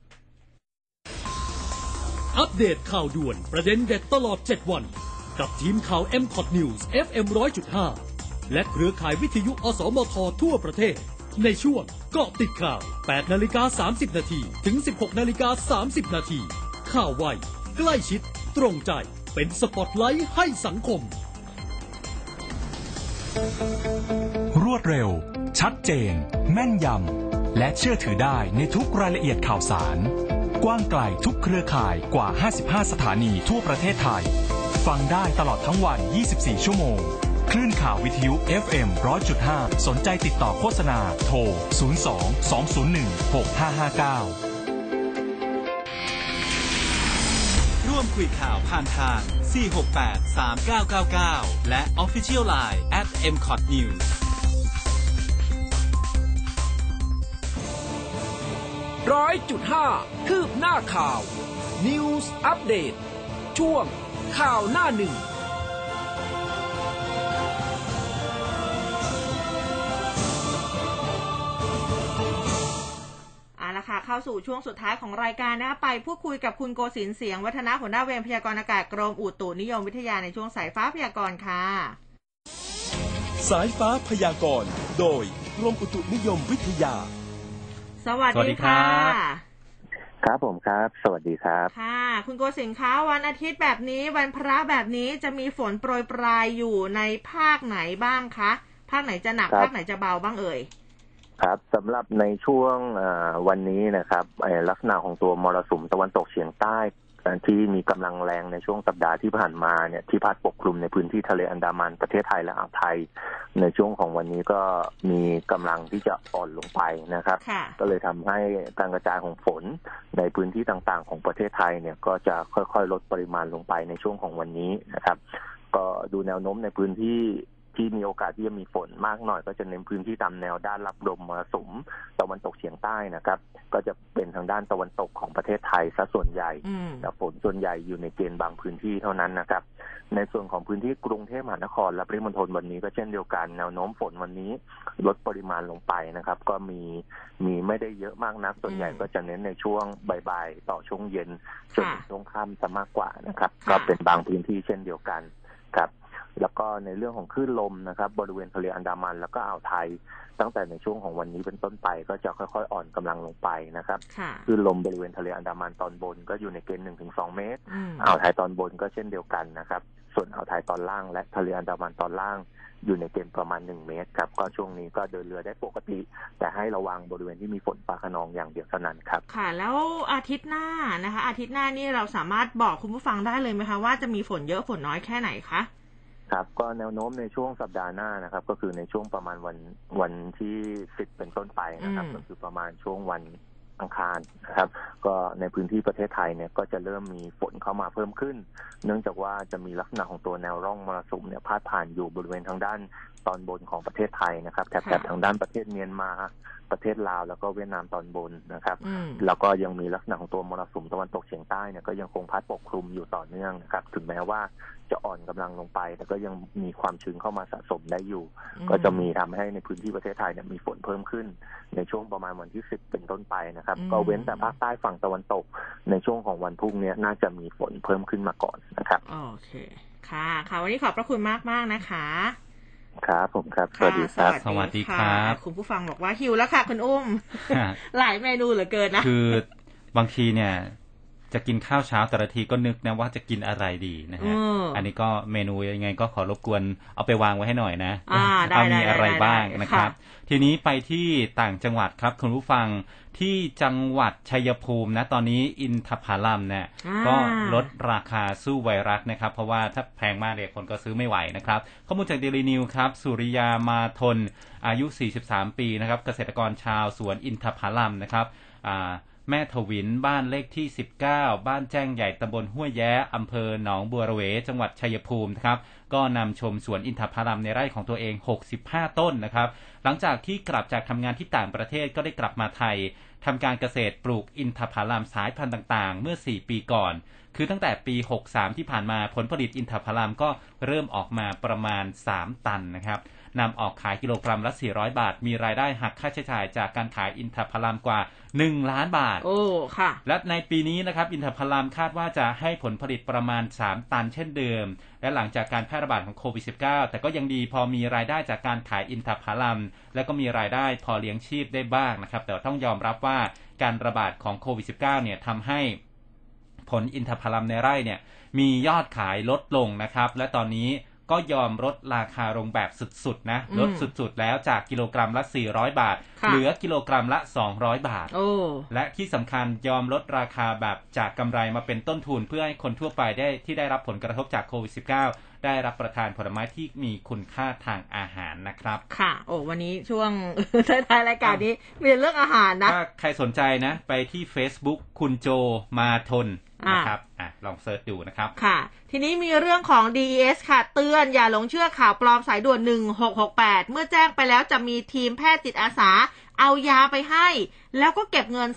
อัปเดตข่าวด่วนประเด็นเด็ดตลอด7วันกับทีมข่าว MCOT News FM 100.5 และเครือข่ายวิทยุอสมททั่วประเทศในช่วงเกาะติดข่าว 8:30 น.ถึง 16:30 น.ข่าวไวใกล้ชิดตรงใจเป็นสปอตไลท์ให้สังคมรวดเร็วชัดเจนแม่นยำและเชื่อถือได้ในทุกรายละเอียดข่าวสารกว้างไกลทุกเครือข่ายกว่า55สถานีทั่วประเทศไทยฟังได้ตลอดทั้งวัน24ชั่วโมงคลื่นข่าววิทยุ FM 100.5 สนใจติดต่อโฆษณาโทร02-201-6559 ร่วมคุยข่าวผ่านทาง4683999และ Official Line @mcotnews 100.5 คืบหน้าข่าว News Update ช่วงข่าวหน้าหนึ่งเข้าสู่ช่วงสุดท้ายของรายการนะคะไปพูดคุยกับคุณโกศินทร์เสียงวัฒนะหัวหน้าเวรพยากรณ์อากาศกรมอุตุนิยมวิทยาในช่วงสายฟ้าพยากรณ์ค่ะสายฟ้าพยากรณ์โดยกรมอุตุนิยมวิทยาสวัสดีค่ะครับผมครับสวัสดีครับค่ะคุณโกศินทร์คะวันอาทิตย์แบบนี้วันพระแบบนี้จะมีฝนโปรยปลายอยู่ในภาคไหนบ้างคะภาคไหนจะหนักภาคไหนจะเบาบ้างเอ่ยครับสำหรับในช่วงวันนี้นะครับลักษณะของตัวมรสุมตะวันตกเฉียงใต้ที่มีกำลังแรงในช่วงสัปดาห์ที่ผ่านมาเนี่ยที่พัดปกคลุมในพื้นที่ทะเลอันดามันประเทศไทยและอ่าวไทยในช่วงของวันนี้ก็มีกำลังที่จะอ่อนลงไปนะครับก็เลยทำให้การกระจายของฝนในพื้นที่ต่างๆของประเทศไทยเนี่ยก็จะค่อยๆลดปริมาณลงไปในช่วงของวันนี้นะครับก็ดูแนวโน้มในพื้นที่ที่มีโอกาสที่จะมีฝนมากหน่อยก็จะเน้นพื้นที่ตามแนวด้านรับลมมรสุมตะวันตกเฉียงใต้นะครับก็จะเป็นทางด้านตะวันตกของประเทศไทยซะส่วนใหญ่แต่ฝนส่วนใหญ่อยู่ในเกณฑ์บางพื้นที่เท่านั้นนะครับในส่วนของพื้นที่กรุงเทพมหานครและปริมณฑลวันนี้ก็เช่นเดียวกันแนวโน้มฝนวันนี้ลดปริมาณลงไปนะครับก็มีไม่ได้เยอะมากนักส่วนใหญ่ก็จะเน้นในช่วงบ่ายๆต่อช่วงเย็นจนถึงช่วงค่ำซะมากกว่านะครับก็เป็นบางพื้นที่เช่นเดียวกันครับแล้วก็ในเรื่องของคลื่นลมนะครับบริเวณทะเลอันดามันแล้วก็อ่าวไทยตั้งแต่ในช่วงของวันนี้เป็นต้นไปก็จะค่อยๆอ่อนกำลังลงไปนะครับคลื่นลมบริเวณทะเลอันดามันตอนบนก็อยู่ในเกณฑ์ 1-2 เมตรอ่าวไทยตอนบนก็เช่นเดียวกันนะครับส่วนอ่าวไทยตอนล่างและทะเลอันดามันตอนล่างอยู่ในเกณฑ์ประมาณ1 เมตรครับก็ช่วงนี้ก็เดินเรือได้ปกติแต่ให้ระวังบริเวณที่มีฝนฟ้าคะนองอย่างเดียวเท่านั้นครับค่ะแล้วอาทิตย์หน้านะคะอาทิตย์หน้านี่เราสามารถบอกคุณผู้ฟังได้เลยไหมคะว่าจะมีฝนเยอะฝนน้อยแค่ไหนคะครับก็แนวโน้มในช่วงสัปดาห์หน้านะครับก็คือในช่วงประมาณวันที่10เป็นต้นไปนะครับก็คือประมาณช่วงวันอังคารนะครับก็ในพื้นที่ประเทศไทยเนี่ยก็จะเริ่มมีฝนเข้ามาเพิ่มขึ้นเนื่องจากว่าจะมีลักษณะของตัวแนวร่องมรสุมเนี่ยพาดผ่านอยู่บริเวณทางด้านตอนบนของประเทศไทยนะครับแถบทางด้านประเทศเมียนมาประเทศลาวแล้วก็เวียดนามตอนบนนะครับแล้วก็ยังมีลักษณะของตัวมรสุมตะวันตกเฉียงใต้เนี่ยก็ยังคงพัดปกคลุมอยู่ต่อเนื่องนะครับถึงแม้ว่าจะอ่อนกำลังลงไปแต่ก็ยังมีความชื้นเข้ามาสะสมได้อยู่ก็จะมีทำให้ในพื้นที่ประเทศไทยเนี่ยมีฝนเพิ่มขึ้นในช่วงประมาณวันที่10เป็นต้นไปนะครับก็เว้นแต่ภาคใต้ฝั่งตะวันตกในช่วงของวันพรุ่งนี้น่าจะมีฝนเพิ่มขึ้นมาก่อนนะครับโอเคค่ะวันนี้ขอบพระคุณมากๆนะคะครับผมครับสวัสดีครับสวัสดีครับคุณผู้ฟังบอกว่าหิวแล้วค่ะคุณอุ้ม หลายเมนูเหลือเกินนะคือบางทีเนี่ยจะกินข้าวเช้าแต่ละทีก็นึกนะว่าจะกินอะไรดีนะฮะอันนี้ก็เมนูยังไงก็ขอรบกวนเอาไปวางไว้ให้หน่อยนะเอามีอะไรบ้างนะครับทีนี้ไปที่ต่างจังหวัดครับคุณผู้ฟังที่จังหวัดชัยภูมินะตอนนี้อินทผลัมเนี่ยก็ลดราคาสู้ไวรัสนะครับเพราะว่าถ้าแพงมากเนี่ยคนก็ซื้อไม่ไหวนะครับข้อมูลจากเดลินิวครับสุริยามาทนอายุ43ปีนะครับเกษตรกรชาวสวนอินทผลัมนะครับแม่ถวินบ้านเลขที่19บ้านแจ้งใหญ่ตำบลห้วยแย้อำเภอหนองบัวระเวจังหวัดชัยภูมิครับก็นำชมสวนอินทผลัมในไร่ของตัวเอง65ต้นนะครับหลังจากที่กลับจากทำงานที่ต่างประเทศก็ได้กลับมาไทยทำการเกษตรปลูกอินทผลัมสายพันธุ์ต่างๆเมื่อ4ปีก่อนคือตั้งแต่ปี63ที่ผ่านมาผลผลิตอินทผลัมก็เริ่มออกมาประมาณ3ตันนะครับนำออกขายกิโลกรัมละ400 บาทมีรายได้หักค่าใช้จ่ายจากการขายอินทผลัมกว่า1 ล้านบาทโอ้ค่ะและในปีนี้นะครับอินทผลัมคาดว่าจะให้ผลผลิตประมาณ3 ตันเช่นเดิมและหลังจากการแพร่ระบาดของโควิด -19 แต่ก็ยังดีพอมีรายได้จากการขายอินทผลัมและก็มีรายได้พอเลี้ยงชีพได้บ้างนะครับแต่ต้องยอมรับว่าการระบาดของโควิด -19 เนี่ยทำให้ผลอินทผลัมในไร่เนี่ยมียอดขายลดลงนะครับและตอนนี้ก็ยอมลดราคาลงแบบสุดๆนะลดสุดๆแล้วจากกิโลกรัมละ400 บาทเหลือกิโลกรัมละ200 บาทและที่สำคัญยอมลดราคาแบบจากกำไรมาเป็นต้นทุนเพื่อให้คนทั่วไปที่ได้รับผลกระทบจากโควิด -19 ได้รับประทานผลไม้ที่มีคุณค่าทางอาหารนะครับค่ะโอ้วันนี้ช่วงท้ายรายการนี้มีเรื่องอาหารนะถ้าใครสนใจนะไปที่ Facebook คุณโจมาทนนะครับลองเสิร์ชดูนะครับค่ะทีนี้มีเรื่องของ DES ค่ะเตือนอย่าหลงเชื่อข่าวปลอมสายด่วน1668เมื่อแจ้งไปแล้วจะมีทีมแพทย์จิตอาสาเอายาไปให้แล้วก็เก็บเงิน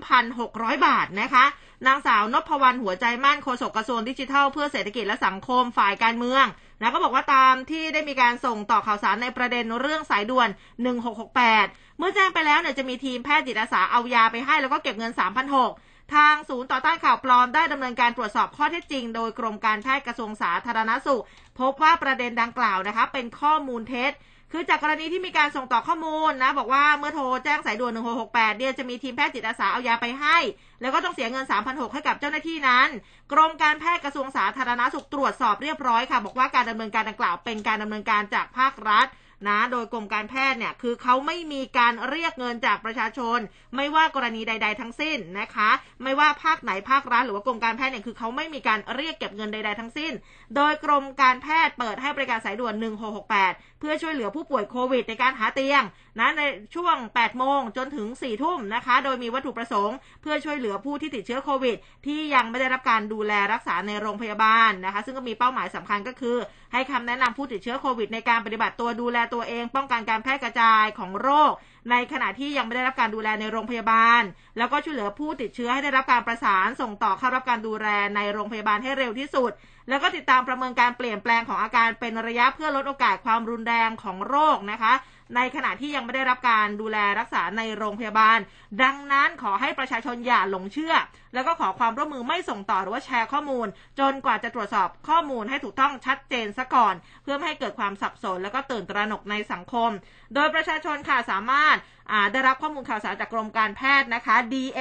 3,600 บาทนะคะนางสาวนพวรรณหัวใจมั่นโฆษกกระทรวงดิจิทัลเพื่อเศรษฐกิจและสังคมฝ่ายการเมืองนะก็บอกว่าตามที่ได้มีการส่งต่อข่าวสารในประเด็นเรื่องสายด่วน1668เมื่อแจ้งไปแล้วเนี่ยจะมีทีมแพทย์จิตอาสาเอายาไปให้แล้วก็เก็บเงิน 3,600ทางศูนย์ต่อต้านข่าวปลอมได้ดำเนินการตรวจสอบข้อเท็จจริงโดยกรมการแพทย์กระทรวงสาธารณสุขพบว่าประเด็นดังกล่าวนะคะเป็นข้อมูลเท็จคือจากกรณีที่มีการส่งต่อข้อมูลนะบอกว่าเมื่อโทรแจ้งสายด่วน1668เนี่ยจะมีทีมแพทย์จิตอาสาเอายาไปให้แล้วก็ต้องเสียเงิน 3,600 ให้กับเจ้าหน้าที่นั้นกรมการแพทย์กระทรวงสาธารณสุขตรวจสอบเรียบร้อยค่ะบอกว่าการดำเนินการดังกล่าวเป็นการดำเนินการจากภาครัฐนะโดยกรมการแพทย์เนี่ยคือเขาไม่มีการเรียกเงินจากประชาชนไม่ว่ากรณีใดๆทั้งสิ้นนะคะไม่ว่าภาคไหนภาครัฐหรือว่ากรมการแพทย์เนี่ยคือเขาไม่มีการเรียกเก็บเงินใดๆทั้งสิ้นโดยกรมการแพทย์เปิดให้บริการสายด่วน1668เพื่อช่วยเหลือผู้ป่วยโควิดในการหาเตียงนะในช่วง 8 โมงจนถึง 4 ทุ่มนะคะโดยมีวัตถุประสงค์เพื่อช่วยเหลือผู้ที่ติดเชื้อโควิดที่ยังไม่ได้รับการดูแลรักษาในโรงพยาบาลนะคะซึ่งก็มีเป้าหมายสำคัญก็คือให้คำแนะนำผู้ติดเชื้อโควิดในการปฏิบัติตัวดูแลตัวเองป้องกันการแพร่กระจายของโรคในขณะที่ยังไม่ได้รับการดูแลในโรงพยาบาลแล้วก็ช่วยเหลือผู้ติดเชื้อให้ได้รับการประสานส่งต่อเข้ารับการดูแลในโรงพยาบาลให้เร็วที่สุดแล้วก็ติดตามประเมินการเปลี่ยนแปลงของอาการเป็นระยะเพื่อลดโอกาสความรุนแรงของโรคนะคะในขณะที่ยังไม่ได้รับการดูแลรักษาในโรงพยาบาลดังนั้นขอให้ประชาชนอย่าหลงเชื่อแล้วก็ขอความร่วมมือไม่ส่งต่อหรือว่าแชร์ข้อมูลจนกว่าจะตรวจสอบข้อมูลให้ถูกต้องชัดเจนซะก่อนเพื่อไม่ให้เกิดความสับสนแล้วก็ตื่นตระหนกในสังคมโดยประชาชนค่ะสามารถได้รับข้อมูลข่าวสารจากกรมการแพทย์นะคะ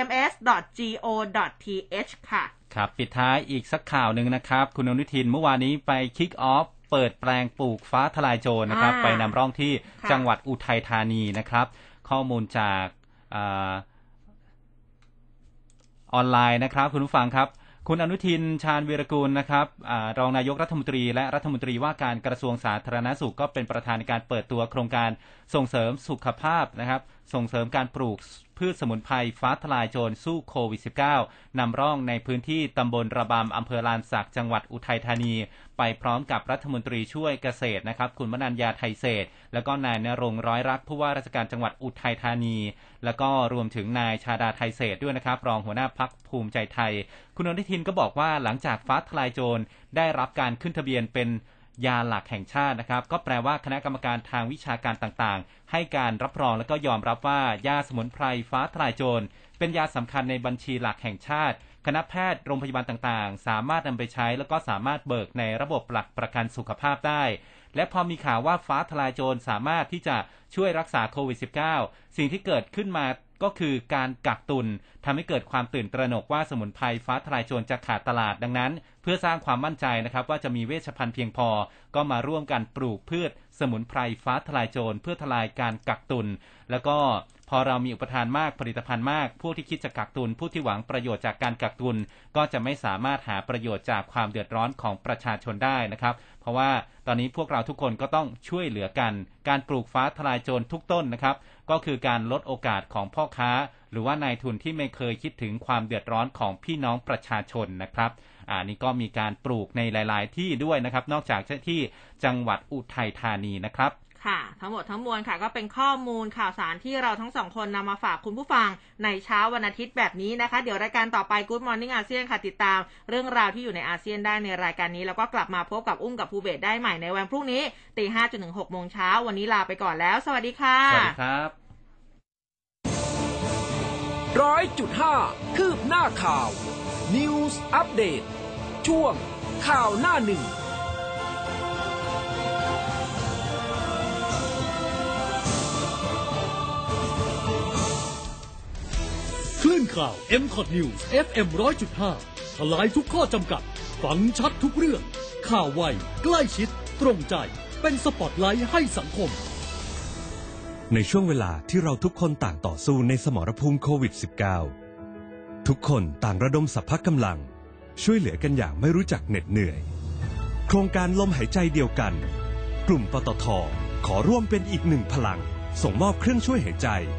dms.go.th ค่ะครับปิดท้ายอีกสักข่าวหนึ่งนะครับคุณอนุทินเมื่อวานนี้ไปคิกออฟเปิดแปลงปลูกฟ้าทลายโจรนะครับไปนำร่องที่จังหวัดอุทัยธานีนะครับข้อมูลจากออนไลน์นะครับคุณผู้ฟังครับคุณอนุทินชาญวีรกูลนะครับรองนายกรัฐมนตรีและรัฐมนตรีว่าการกระทรวงสาธารณสุขก็เป็นประธานในการเปิดตัวโครงการส่งเสริมสุขภาพนะครับส่งเสริมการปลูกพืชสมุนไพรฟ้าทลายโจรสู้โควิด -19 นำร่องในพื้นที่ตำบลระบำอำเภอลานสักจังหวัดอุทัยธานีไปพร้อมกับรัฐมนตรีช่วยเกษตรนะครับคุณมนัญญาไทยเศรษฐ์แล้วก็นายณรงค์ร้อยรักผู้ว่าราชการจังหวัดอุทัยธานีแล้วก็รวมถึงนายชาดาไทยเศรษฐ์ด้วยนะครับรองหัวหน้าพรรคภูมิใจไทยคุณอนุทินก็บอกว่าหลังจากฟ้าทลายโจรได้รับการขึ้นทะเบียนเป็นยาหลักแห่งชาตินะครับก็แปลว่าคณะกรรมการทางวิชาการต่างๆให้การรับรองและก็ยอมรับว่ายาสมุนไพรฟ้าทลายโจรเป็นยาสำคัญในบัญชีหลักแห่งชาติคณะแพทย์โรงพยาบาลต่างๆสามารถนำไปใช้แล้วก็สามารถเบิกในระบบหลักประกันสุขภาพได้และพอมีข่าวว่าฟ้าทลายโจรสามารถที่จะช่วยรักษาโควิด -19 สิ่งที่เกิดขึ้นมาก็คือการกักตุนทำให้เกิดความตื่นตระหนกว่าสมุนไพรฟ้าทลายโจรจะขาดตลาดดังนั้นเพื่อสร้างความมั่นใจนะครับว่าจะมีเวชภัณฑ์เพียงพอก็มาร่วมกันปลูกพืชสมุนไพรฟ้าทลายโจรเพื่อทลายการกักตุนแล้วก็พอเรามีอุปทานมากผลิตภัณฑ์มากผู้ที่คิดจะกักตุนผู้ที่หวังประโยชน์จากการกักตุนก็จะไม่สามารถหาประโยชน์จากความเดือดร้อนของประชาชนได้นะครับเพราะว่าตอนนี้พวกเราทุกคนก็ต้องช่วยเหลือกันการปลูกฟ้าทลายโจรทุกต้นนะครับก็คือการลดโอกาสของพ่อค้าหรือว่านายทุนที่ไม่เคยคิดถึงความเดือดร้อนของพี่น้องประชาชนนะครับนี่ก็มีการปลูกในหลายๆที่ด้วยนะครับนอกจากที่จังหวัดอุทัยธานีนะครับค่ะทั้งหมดทั้งมวลค่ะก็เป็นข้อมูลข่าวสารที่เราทั้งสองคนนำมาฝากคุณผู้ฟังในเช้าวันอาทิตย์แบบนี้นะคะเดี๋ยวรายการต่อไป Good Morning อาเซียนค่ะติดตามเรื่องราวที่อยู่ในอาเซียนได้ในรายการนี้แล้วก็กลับมาพบกับอุ้มกับภูเบศได้ใหม่ในวันพรุ่งนี้ 5:00 น. ถึง 6:00 น. เช้าวันนี้ลาไปก่อนแล้วสวัสดีค่ะสวัสดีครับ 100.5 คืบหน้าข่าว News Update ช่วงข่าวหน้าหนึ่งคลื่นข่าว MCOT News FM 100.5 ทลายทุกข้อจำกัดฟังชัดทุกเรื่องข่าวไวใกล้ชิดตรงใจเป็นสปอตไลท์ให้สังคมในช่วงเวลาที่เราทุกคนต่างต่อสู้ในสมรภูมิโควิด -19 ทุกคนต่างระดมสรรพกำลังช่วยเหลือกันอย่างไม่รู้จักเหน็ดเหนื่อยโครงการลมหายใจเดียวกันกลุ่มปตท.ขอร่วมเป็นอีกหนึ่งพลังส่งมอบเครื่องช่วยหายใจ